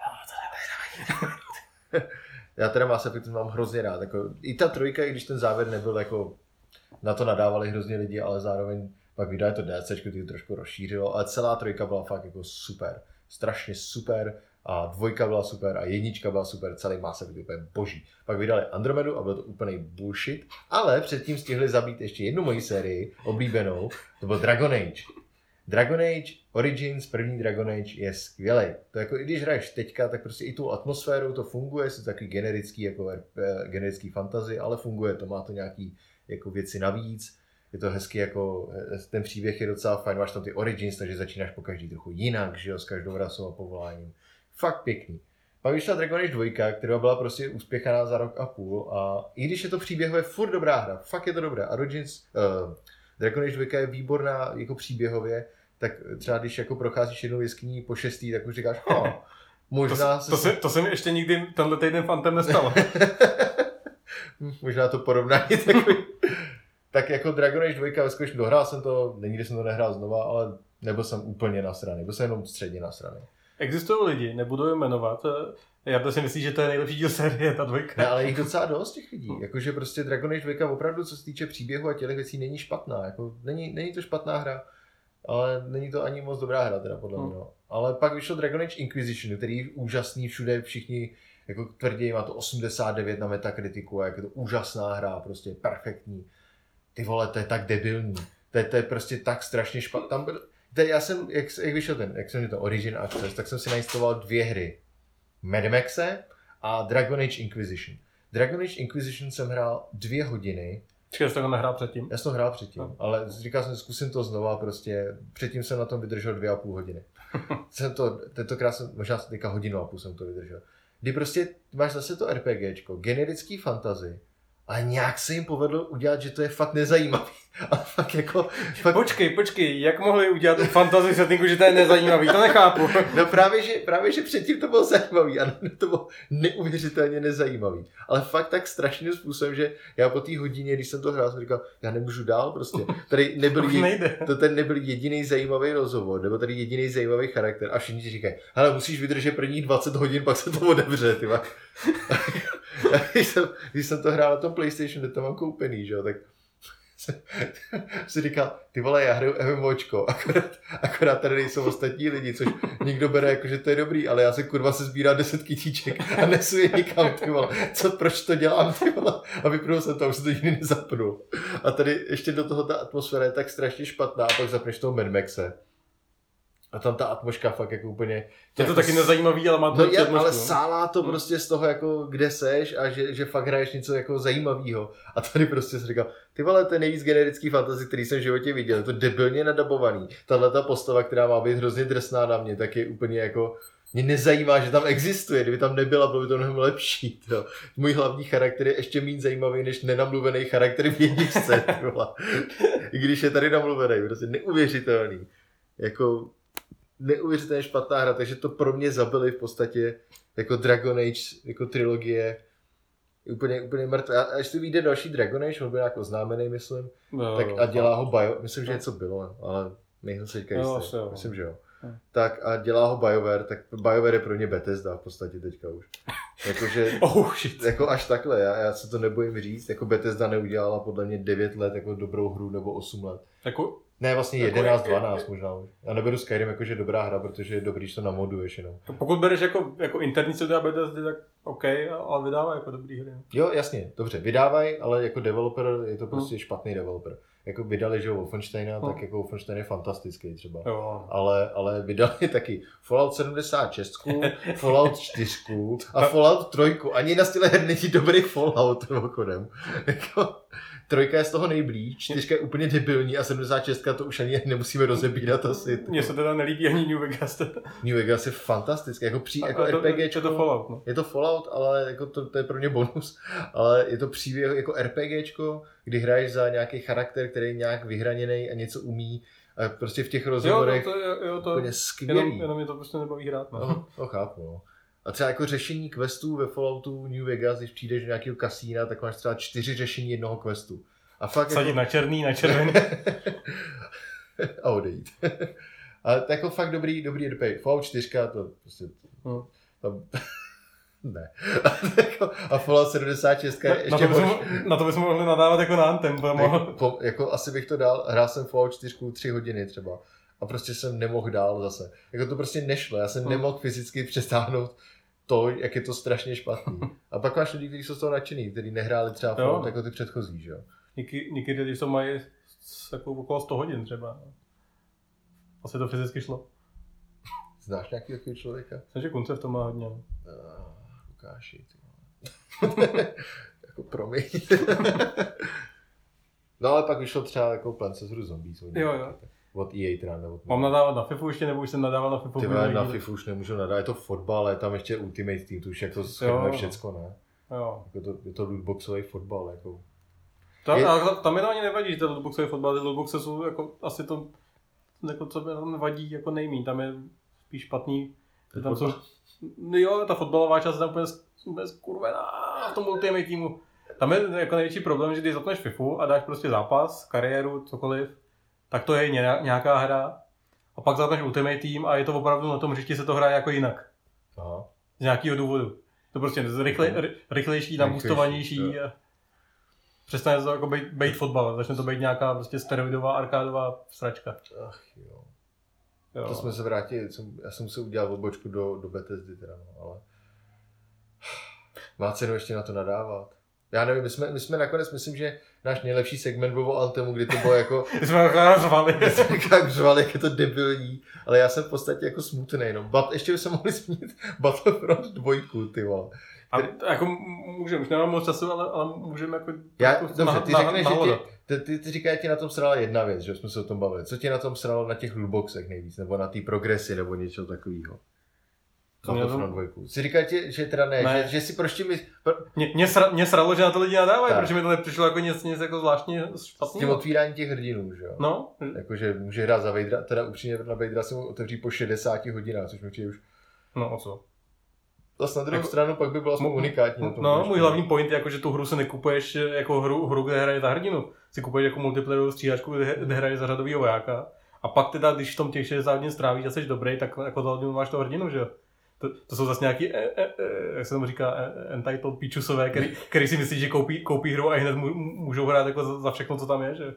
Já teda Mass Effect mám hrozně rád. Jako, i ta trojka, i když ten závěr nebyl jako, na to nadávali hrozně lidi, ale zároveň pak vydali to DLCčko, ty to trošku rozšířilo, ale celá trojka byla fakt jako super. Strašně super. A dvojka byla super a jednička byla super, celý Mass Effect úplně boží. Pak vydali Andromedu a byl to úplný bullshit, ale předtím stihli zabít ještě jednu moji sérii, oblíbenou, to byl Dragon Age. Dragon Age Origins, první Dragon Age je skvělý. To jako i když hraješ teďka, tak prostě i tou atmosférou to funguje, je to takový generický, jako generický fantasy, ale funguje to, má to nějaký jako věci navíc. Je to hezky jako, ten příběh je docela fajn, máš tam ty Origins, takže začínáš po každý trochu jinak, že jo, s každou rasou a povoláním. Fakt pěkný. Pak vyšla Dragon Age dva, která byla prostě úspěchaná za rok a půl a i když je to příběhově furt dobrá hra, fakt je to dobré. A Origins, uh, Dragon Age dva je výborná jako příběhově, tak třeba když jako procházíš jednou jeskyní po šestý, tak už říkáš, oh, možná... To, to, se, to se mi ještě nikdy tenhle týden fantem nestalo. Možná to porovnání takový. Tak jako Dragon Age dva, zkouším, dohrál jsem to, nikdy jsem to nehrál znova, ale nebyl jsem úplně nasraný, byl jsem jenom středně nasraný. Existují lidi, nebudu je jmenovat, já si myslím, že to je nejlepší díl série, ta dvojka. Ne, ale jich docela dost těch lidí, jakože prostě Dragon Age dva opravdu, co se týče příběhu a těch věcí, není špatná, jako není, není to špatná hra, ale není to ani moc dobrá hra teda podle mě. Hmm. Ale pak vyšel Dragon Age Inquisition, který je úžasný, všude všichni jako tvrdí, má to osmdesát devět na Metakritiku a jak je to úžasná hra, prostě perfektní. Ty vole, to je tak debilní, to je, to je prostě tak strašně špatný. Tam byl, to já jsem, jak, jak vyšel ten, jak jsem měl ten Origin Access, tak jsem si nainstaloval dvě hry. Mad Maxe a Dragon Age Inquisition. Dragon Age Inquisition jsem hrál dvě hodiny. Čekaj, jsi to nehrál předtím? Já jsem to hrál předtím, no. Ale říkal jsem, zkusím to znova, prostě předtím jsem na tom vydržel dvě a půl hodiny. jsem to, tentokrát jsem, možná teďka hodinu a půl jsem to vydržel. Kdy prostě máš zase to RPGčko, generický fantasy, ale nějak se jim povedlo udělat, že to je fakt nezajímavý. A fakt jako... Fakt... Počkej, počkej, jak mohli udělat fantasy settingu, že to je nezajímavý, to nechápu. No právě že, právě, že předtím to bylo zajímavý a to bylo neuvěřitelně nezajímavý. Ale fakt tak strašným způsobem, že já po té hodině, když jsem to hrál, jsem říkal, já nemůžu dál prostě. Tady nebyl, je, to tady nebyl jediný zajímavý rozhovor, nebo tady jediný zajímavý charakter a všichni ti říkají, hele, musíš vydržet první dvacet hodin, pak se to otevře, ty va. když, jsem, když jsem to hrál na tom PlayStation, kde to mám koupený, že jo, tak si říkal, ty vole, já hraju MMOčko, akorát, akorát tady nejsou ostatní lidi, což nikdo bere jako, že to je dobrý, ale já se kurva se sbírám deset kytíček a nesu je nikam, ty vole, co, proč to dělám, ty vole, a vypnul jsem to, už se to nikdy nezapnul. A tady ještě do toho ta atmosféra je tak strašně špatná a pak zapneš toho Mad Maxe. A tam ta atmosféra fakt jako úplně... Je to jako taky nezajímavý, ale má to no je, ale sálá to prostě z toho, jako kde seš a že, že fakt hraješ něco jako zajímavého. A tady prostě se říkal, ty vole, to je nejvíc generický fantasy, který jsem v životě viděl. Je to debilně nadabovaný. Tahle ta postava, která má být hrozně drsná na mě, tak je úplně jako... Mě nezajímá, že tam existuje. Kdyby tam nebyla, bylo by to mnohem lepší. To. Můj hlavní charakter je ještě méně zajímavý než nenamluvený charakter v jedničce. I když je tady namluvený, prostě neuvěřitelný. Jako... neuvěřitelně špatná hra, takže to pro mě zabili v podstatě jako Dragon Age, jako trilogie, úplně, úplně mrtvé. A až tu vyjde další Dragon Age, on byl nějak oznámený, myslím, no, tak a dělá ho Bio, myslím, že něco bylo, ale nejsem se teďka jistý, no, myslím, že jo. No. Tak a dělá ho BioWare, tak BioWare je pro mě Bethesda v podstatě teďka už. Jakože, oh, shit. Jako až takhle, já, já se to nebojím říct, jako Bethesda neudělala podle mě devět let jako dobrou hru nebo osm let. Jako Ne, vlastně jedenáct dvanáct možná už. A neberu Skyrim jako, že je dobrá hra, protože je dobrý, že to namoduješ jenom. Pokud bereš jako, jako interní svět a Bethesdy, tak OK, ale vydávají jako dobrý hry. Jo, jasně, dobře, vydávají, ale jako developer je to prostě hmm. špatný developer. Jako vydali, že jo, Wolfensteina, hmm. tak jako Wolfenstein je fantastický třeba. Jo. Ale, ale vydali taky Fallout sedmdesát šest, Fallout čtyři a Fallout tři. Ani na style her není dobrý Fallout mimochodem. Jako, trojka je z toho nejblíž, čtyřka je úplně debilní a sedmdesát šest to už ani nemusíme rozebírat asi. Mně se teda nelíbí ani New Vegas. New Vegas je fantastický, jako, při, jako to, RPGčko. Je to Fallout, no. Je to Fallout, ale jako to, to je pro mě bonus. Ale je to příběh jako RPGčko, kdy hraješ za nějaký charakter, který je nějak vyhraněný a něco umí. A prostě v těch rozhovorech jo, to, to, jo, to, úplně skvělý. Jenom, jenom je to prostě nebaví hrát. No. No, to chápu, no. A třeba jako řešení questů ve Falloutu New Vegas, když přijdeš do nějakého kasína, tak máš třeba čtyři řešení jednoho questu. A fakt sadit jako... na černý, na červený. A odejít. Ale to jako fakt dobrý, dobrý R P G. Fallout čtyři, to prostě... Hmm. To... ne. A Fallout sedmdesát šest je ještě na to, bychom, na to bychom mohli nadávat jako na Anthem. Jako, po, jako asi bych to dal, hrál jsem Fallout čtyři tři hodiny třeba. A prostě jsem nemohl dál zase. Jako to prostě nešlo. Já jsem hmm. nemohl fyzicky přetáhnout to, jak je to strašně špatný. A pak máš lidi, kteří jsou z toho nadšený, kteří nehráli třeba Fallout jako ty předchozí, že jo. Někdy lidi, co mají jako okolo sto hodin třeba. Asi to fyzicky šlo. Znáš nějaký takový člověka? Myslím, že Kunce v tom má hodně. Uh, Lukáši, ty jako promiň. No ale pak vyšlo třeba jako Plants vs Zombies. Jo, jo. Od E A teda. Nebo mám nadávat na FIFU ještě, nebo už jsem nadával na FIFU? Ty na FIFU už nemůžu nadávat, je to fotbal, je tam ještě Ultimate Team, to už jako shrnuje všecko, ne? Jo. Jako to, je to lootboxový fotbal, jako. Tam je, tam je to ani nevadí, že to lootboxový fotbal, ty lootboxe jsou jako asi to, jako co mi tam vadí jako nejmíň, tam je spíš špatný. Tam jsou, no jo, ta fotbalová část je tam úplně, úplně skurvená v tom Ultimate Teamu. Tam je jako největší problém, že když zapneš FIFU a dáš prostě zápas, kariéru, cokoliv, tak to je nějaká hra. A pak zapneš Ultimate Team a je to opravdu na tom hřišti se to hraje jako jinak. Aha. Z nějakého důvodu. To prostě rychle, rychlejší, nabustovanější. Přestane to jako být, být fotbal, začne to být nějaká prostě steroidová, arkádová sračka. Ach jo. jo. To jsme se vrátili, já jsem musel udělat odbočku do, do Bethesdy teda, no, ale má cenu ještě na to nadávat. Já nevím, my jsme, my jsme nakonec, myslím, že náš nejlepší segment byl o Anthemu, kdy to bylo jako... My jsme tak řvali. My jsme tak řvali, jak je to debilní, ale já jsem v podstatě jako smutnej, no. But, ještě bychom mohli zmínit Battlefront dva, ty vole. A jako můžeme, už nemám moc času, ale, ale můžeme jako... Já, jako dobře, na, ty řekneš, na, že ty, ty, ty říkáš, ti na tom srala jedna věc, že jsme se o tom bavili. Co ti na tom sralo na těch lootboxech nejvíc, nebo na té progresi, nebo něco takového? Battlefront dva. Si říkáš, že teda ne, ne. Že, že si proč mi... Pro... Mě, mě, sra, mě sralo, že na to lidi nadávají, protože mi to nepřišlo jako něco, něco jako zvláštně špatného. S tím otvírání těch hrdinů, že jo? No. Jakože může hrát za Vadera, teda upřímně na Vadera si mu otevří po šedesáti hodinách, což mi přijde už... No a co? Zase na druhou jako, stranu pak by bylo aspoň unikátní. No, no můj hlavní point je, jako, že tu hru se nekupuješ jako hru, hru kde hraje za hrdinu. Si kupuješ jako multiplayerovou stříhačku, kde, kde hraje za řadovýho vojáka. A pak teda, když v tom těch šedesát hodin strávíš a jsi dobrý, tak jako za hodinu máš to hrdinu, že jo? To, to jsou zase nějaký, e, e, e, jak se tomu říká, e, entitled píčusové, který, který si myslí, že koupí, koupí hru a hned můžou hrát jako za, za všechno, co tam je, že?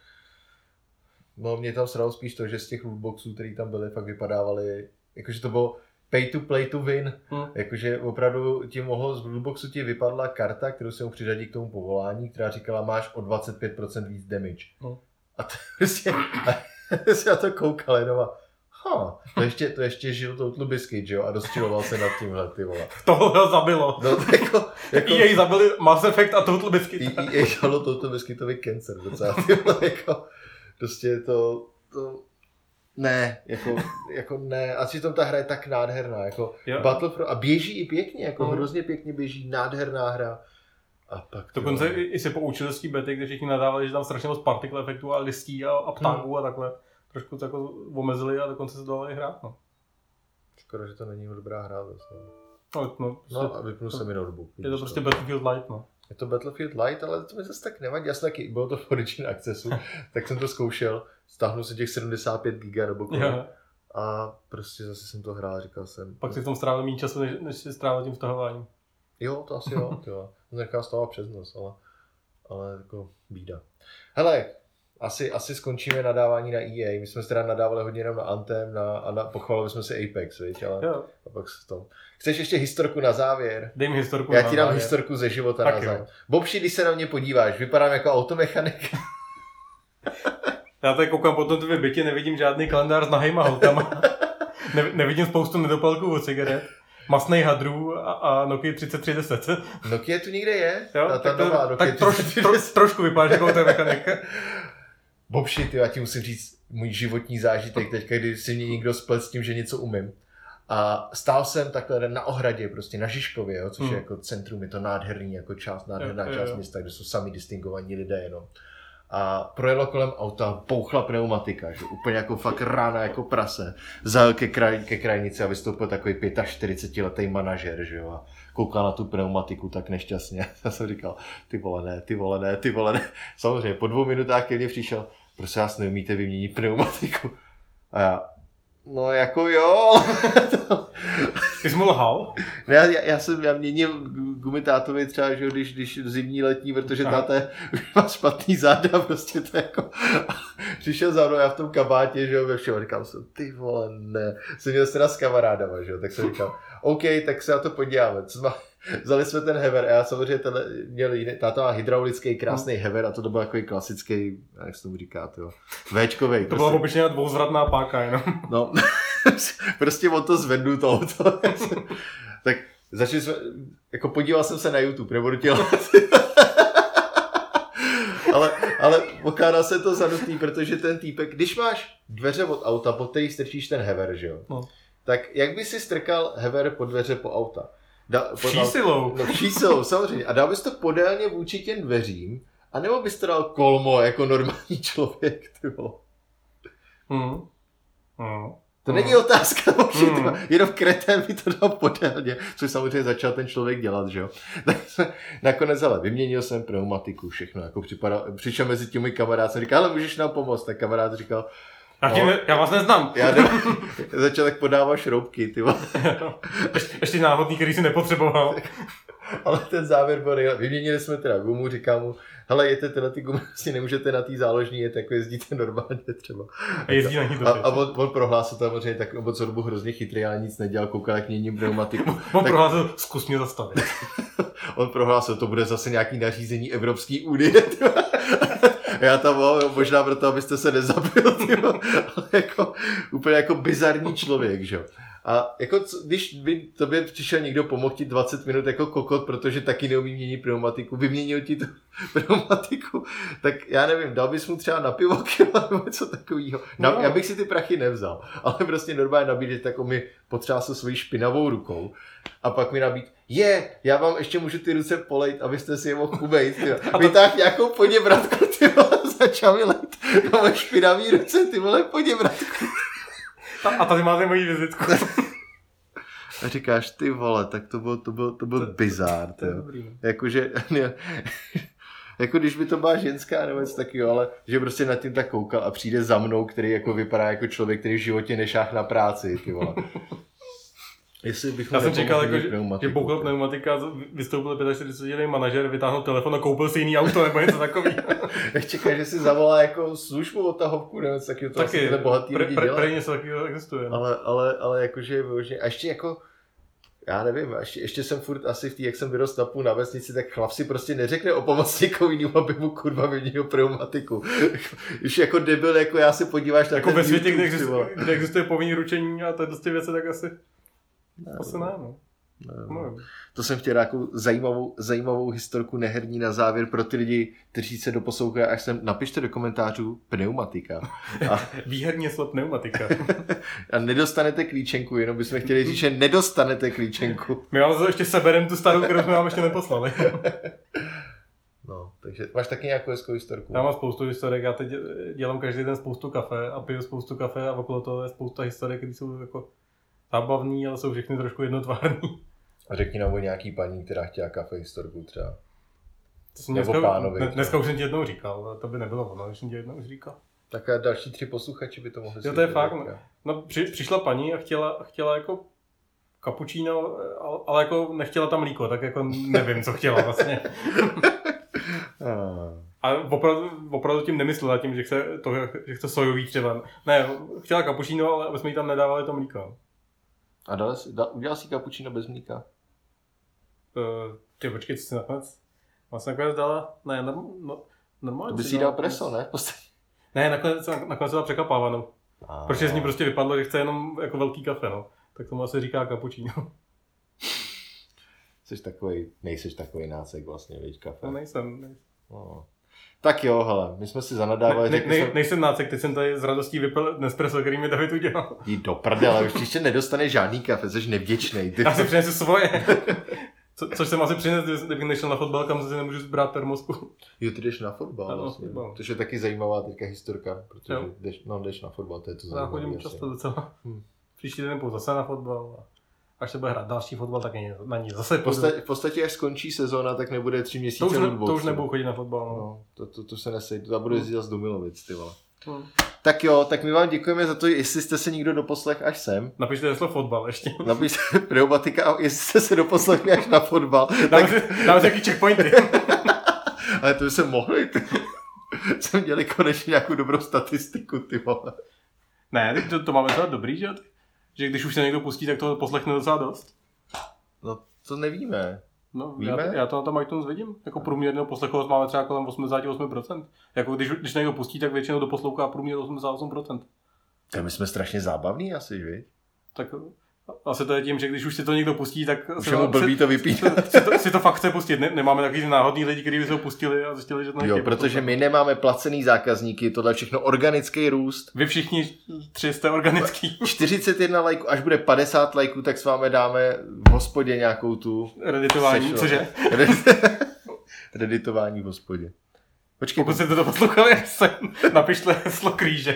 No mě tam sralo spíš to, že z těch lootboxů, který tam byly, fakt vypadávaly, jakože to bylo pay to play to win, hmm. jakože opravdu ti mohlo z lootboxu ti vypadla karta, kterou si mu přiřadí k tomu povolání, která říkala, máš o dvacet pět procent víc damage. Hmm. A to prostě, a si na to koukal jenom a Ha, to ještě, to ještě žil Total Biscuit, že jo, a rozčiloval se nad tímhle, ty vole. Tohle ho zabilo. No, jako, jako... E A zabili Mass Effect a Total Biscuit. E A žalo Total Biscuitový cancer docela, ty vole, jako, prostě to, to, ne, jako, jako ne, a přitom ta hra je tak nádherná, jako Battlefront, a běží i pěkně, jako mm. hrozně pěkně běží, nádherná hra. A pak dokonce i, i se poučili z té bety, kde všichni nadávali, že tam strašně moc particle efektů a listí a, a ptáků hmm. a takhle. Trošku to jako omezili a dokonce se dalo i hrát, no. Škoda, že to není dobrá hra zase. No, no, no a vypnul se mi notebook. Je to prostě Battlefield Light, no. Je to Battlefield Light, ale to mi zase tak nevadí. Já jsem taky, bylo to v Origin Accessu, tak jsem to zkoušel, stáhnul jsem těch sedmdesát pět giga nebo kolik. A prostě zase jsem to hrál, říkal jsem. Pak si v tom strávil méně času, než, než si strávil tím vtahováním. Jo, to asi jo, to jo. To nechám stávat přes nos, ale, ale jako bída. Hele, asi, asi skončíme nadávání na E A. My jsme se teda nadávali hodně jenom na Anthem na, a na, pochválili jsme si Apex, viď? Ale jo. A pak se to... Chceš ještě historku na závěr? Dej mi historku Já na ti dám závěr. historku ze života tak na závěr. Bobši, když se na mě podíváš, vypadám jako automechanik. Já tady koukám po tom tvě bytě, nevidím žádný kalendář s nahejma holkama. Ne, nevidím spoustu nedopalků od cigaret. Masnej hadrů a, a Nokia třicet tři deset. Nokia tu někde je? Jo, ta, ta tak, to, nová Nokia tak troš, tro, trošku vypadáš jako automechanik. Bobši, ty, já ti musím říct můj životní zážitek teďka, kdy si mě někdo splet s tím, že něco umím. A stál jsem takhle na ohradě, prostě na Žižkově, jo, což hmm. je jako centrum, je to nádherný jako část, nádherná jo, část jo. města, kde jsou sami distingovaní lidé jenom. A projelo kolem auta, bouchla pneumatika, že úplně jako fakt rána jako prase. Zajel ke, kraj, ke krajnici a vystoupil takový čtyřicetiletý manažer, že jo, a koukal na tu pneumatiku tak nešťastně. Já jsem říkal, ty vole ne, ty vole ne, ty vole ne. Samozřejmě po dvou minutách ke mně přišel, prosím vás, neumíte vyměnit pneumatiku. A já, no jako jo. Ty jsi mu lhal? Ne, já, já jsem, já měnil gumitátovi třeba, že když, když zimní letní, protože táte už má špatný záda, prostě to jako, přišel za mnou, já v tom kabátě, že jo, ve všem, říkám jsem, ty vole, ne, jsem měl teda s kamarádama, že jo, tak jsem říkal, OK, tak se na to podíváme, co má, vzali jsme ten hever a já samozřejmě tenhle, měl jiný, táto má hydraulický krásný hmm. hever a to byl takový klasický, jak se tomu říká, to Véčkovej. To byla obyčejná dvouzvratná páka jenom. No, prostě on to zvednu to auto. Tak začali jsme, jako podíval jsem se na YouTube, nebudu tě ale, ale pokládá se to za nutný, protože ten týpek, když máš dveře od auta, pod který strčíš ten hever, že jo? No. Tak jak by si strkal hever pod dveře po auta? Da, vší silou. No vší silou, samozřejmě. A dal bys to podélně vůči těm dveřím, a nebo bys to dal kolmo jako normální člověk, ty vole. Hmm. Hmm. To není otázka, mm. jenom kretén by to dal podélně, což samozřejmě začal ten člověk dělat, že jo. Tak jsme nakonec, ale vyměnil jsem pneumatiku, všechno, jako připadal, přišel mezi těmi kamarád, jsem říkal, ale můžeš nám pomoct, tak kamarád říkal, já, tím, no, já vás neznám. Já ne, začal tak podávat šroubky, ty vole. Ještě, ještě náhodný, který si nepotřeboval. Ale ten závěr byl nejlepší. Vyměnili jsme teda gumu, říkám mu, hele, jete tyhle ty gumy, si nemůžete na té záložní jet, jako jezdíte normálně třeba. A jezdí na ní A, a on, on prohlásil tam samozřejmě tak obo co dobu hrozně chytrý, ale nic nedělal, koukal jak měním pneumatiku. On tak... prohlásil, zkus mě zastavit. On prohlásil, to bude zase nějaký nařízení Evropské unie. Já tam možná proto, abyste se nezabil, tyjo. Ale jako úplně jako bizarní člověk, že jo. A jako co, když by tobě přišel někdo pomohl ti dvacet minut jako kokot, protože taky neumí měnit pneumatiku, vyměnil ti tu pneumatiku, tak já nevím, dal bys mu třeba na pivo nebo něco takového. No. Já bych si ty prachy nevzal, ale prostě normálně nabídit, tak on mi potřásl svojí špinavou rukou a pak mi nabít, je, já vám ještě můžu ty ruce polejt, abyste si je mohl umýt. Vytáhl nějakou poděbratku, ty vole, začal mi lejt na moje špinavý ruce, ty vole, poděbratku. A tady máte moji vizitku. A říkáš, ty vole, tak to byl, to byl, to byl to, bizár. To, to Jakože, ne, jako když by to byla ženská nebo něco takového, ale že prostě nad tím tak koukal a přijde za mnou, který jako vypadá jako člověk, který v životě nešáhl na práci, ty vole. Jestli bychom Já jsem čekal, jako, že, že bouchl pneumatika, vystoupil čtyřicetiletý manažer, vytáhl telefon a koupil si jiný auto nebo něco takový. Já čekám, že si zavolá jako službu od tahovku, nebo něco takového, to taky, asi bohatý pre, lidi pre, dělají. Pre něco takového existuje. Ale, ale, ale jakože, a ještě jako, já nevím, ještě, ještě jsem furt asi v té, jak jsem vyrost na půl na vesnici, tak chlap si prostě neřekne o pomoc někoho jiného, aby mu kurva vyměnil pneumatiku. Už jako debil, jako já se podíváš na jako ve světě, kde existuje, kde existuje povinný ručení a tyhle ty věci, tak asi ne, asi ne, no. Ne, no. To jsem chtěl nějakou zajímavou, zajímavou historku neherní na závěr pro ty lidi, kteří se doposlouchají, až sem napište do komentářů pneumatika. A... Výherně slov pneumatika. A nedostanete klíčenku, jenom bychom chtěli říct, že nedostanete klíčenku. My vám ještě seberem tu starou, kterou jsme vám ještě neposlali. No, takže máš taky nějakou hezkou historku? Já mám spoustu historek, já teď dělám každý den spoustu kafe a piju spoustu kafe a okolo toho je spousta historek, které jsou jako zábavný, ale jsou všechny trošku jednotvárný. A řekni nám o nějaký paní, která chtěla kafe historku třeba. To nebo dneska, pánovi. Ne, dneska už jsem ti jednou říkal, to by nebylo ono, když jsem ti jednou už říkal. Tak a další tři posluchači by to mohli jo, to je fakt. No, no při, přišla paní a chtěla, chtěla jako kapučíno, ale, ale jako nechtěla tam mlíko, tak jako nevím, co chtěla vlastně. A opravdu, opravdu tím nemyslela tím, že chce, to, že chce sojový třeba. Ne, chtěla kapučíno, ale aby jsme jí tam nedávali to mlíko. A dala si, da, udělal si kapučíno bez mlíka? Uh, ty počkej, co jsi nakonec? Vlastně nakonec dala, ne, no, no, normálně. To by si dal preso, ne? Ne, nakonec, nakonec dala překapávanou. A... Protože z ní prostě vypadlo, že chce jenom jako velký kafe, no. Tak tomu asi říká kapučíno. Jsi takovej, nejseš takovej nácek vlastně, víš, kafe. No nejsem, nejsem. No. Tak jo, hele, my jsme si zanadávali. Ne, ne, ne, nejsem nácek, teď jsem tady s radostí vypil Nespresso, který mi David udělal. Jí do prdele, už ještě nedostaneš žádný kafe, jsi nevděčnej. Ty. Já si přinesu svoje. Co, což jsem asi přinesl, kdybych nešel na fotbal, kam si nemůžu zbrát termosku. Jo, ty jdeš na fotbal, ano, vlastně. Fotbal. To je taky zajímavá teďka historka, protože jdeš, no, jdeš na fotbal, to je to zajímavé. Já chodím často docela. Hmm. Příští den půjdu zase na fotbal. A až se bude hrát další fotbal, tak na ní zase v podstatě, v podstatě, až skončí sezóna, tak nebude tři měsíce. To už, ne, to už nebudu chodit na fotbal. No. No, to, to, to se nesejde, to bude jezdit z Dumilovic, ty vole. Hmm. Tak jo, tak my vám děkujeme za to, jestli jste se někdo doposlech až sem. Napište heslo fotbal ještě. Napište Preumatika, jestli jste se doposlechli až na fotbal. Dáme tak... si, dáme si jaký checkpointy. Ale to by se mohli, ty. Jsme měli konečně nějakou dobrou statistiku, ty vole. Ne, to, to máme docela dobrý, že? Že když už se někdo pustí, tak to poslechne docela dost. No, to nevíme. No, Víme? Já, já to na tom iTunes vidím. Jako průměrnou poslechovost máme třeba kolem osmdesát osm procent. Jako když, když někdo pustí, tak většinou doposlouchá průměr osmdesát osm procent. Tak my jsme strašně zábavní asi, viď? Tak asi to je tím, že když už si to někdo pustí, tak už se mu blbý to vypít. Si to, si to fakt chce pustit. Ne, nemáme takový náhodný lidi, kteří by se ho pustili a zjistili, že to nechtějí. Jo, protože my nemáme placený zákazníky, tohle je všechno organický růst. Vy všichni tři jste organický. čtyřicet jedna lajků, až bude padesát lajků, tak s vámi dáme v hospodě nějakou tu... Reditování, sešlo. Cože? Reditování v hospodě. Počkej. Pokud jste to poslouchali, se napište heslo kříže.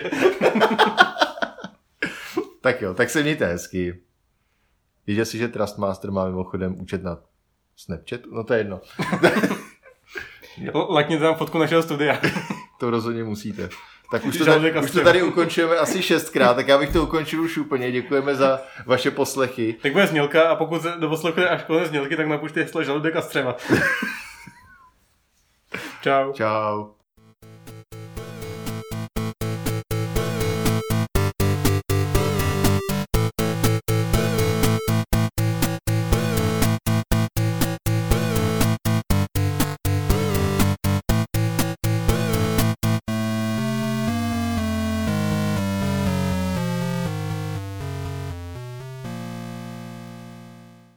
Tak jo, tak se mějte hezky. Víš si, že Trustmaster má mimochodem účet na Snapchatu? No to je jedno. Lajkněte tam fotku našeho studia. To rozhodně musíte. Tak už to, tady, už to tady ukončujeme asi šestkrát, tak já bych to ukončil už úplně. Děkujeme za vaše poslechy. Tak bude znělka a pokud se doposlechujete až konec znělky, tak napušte heslo žaludek a střeva. Čau. Čau.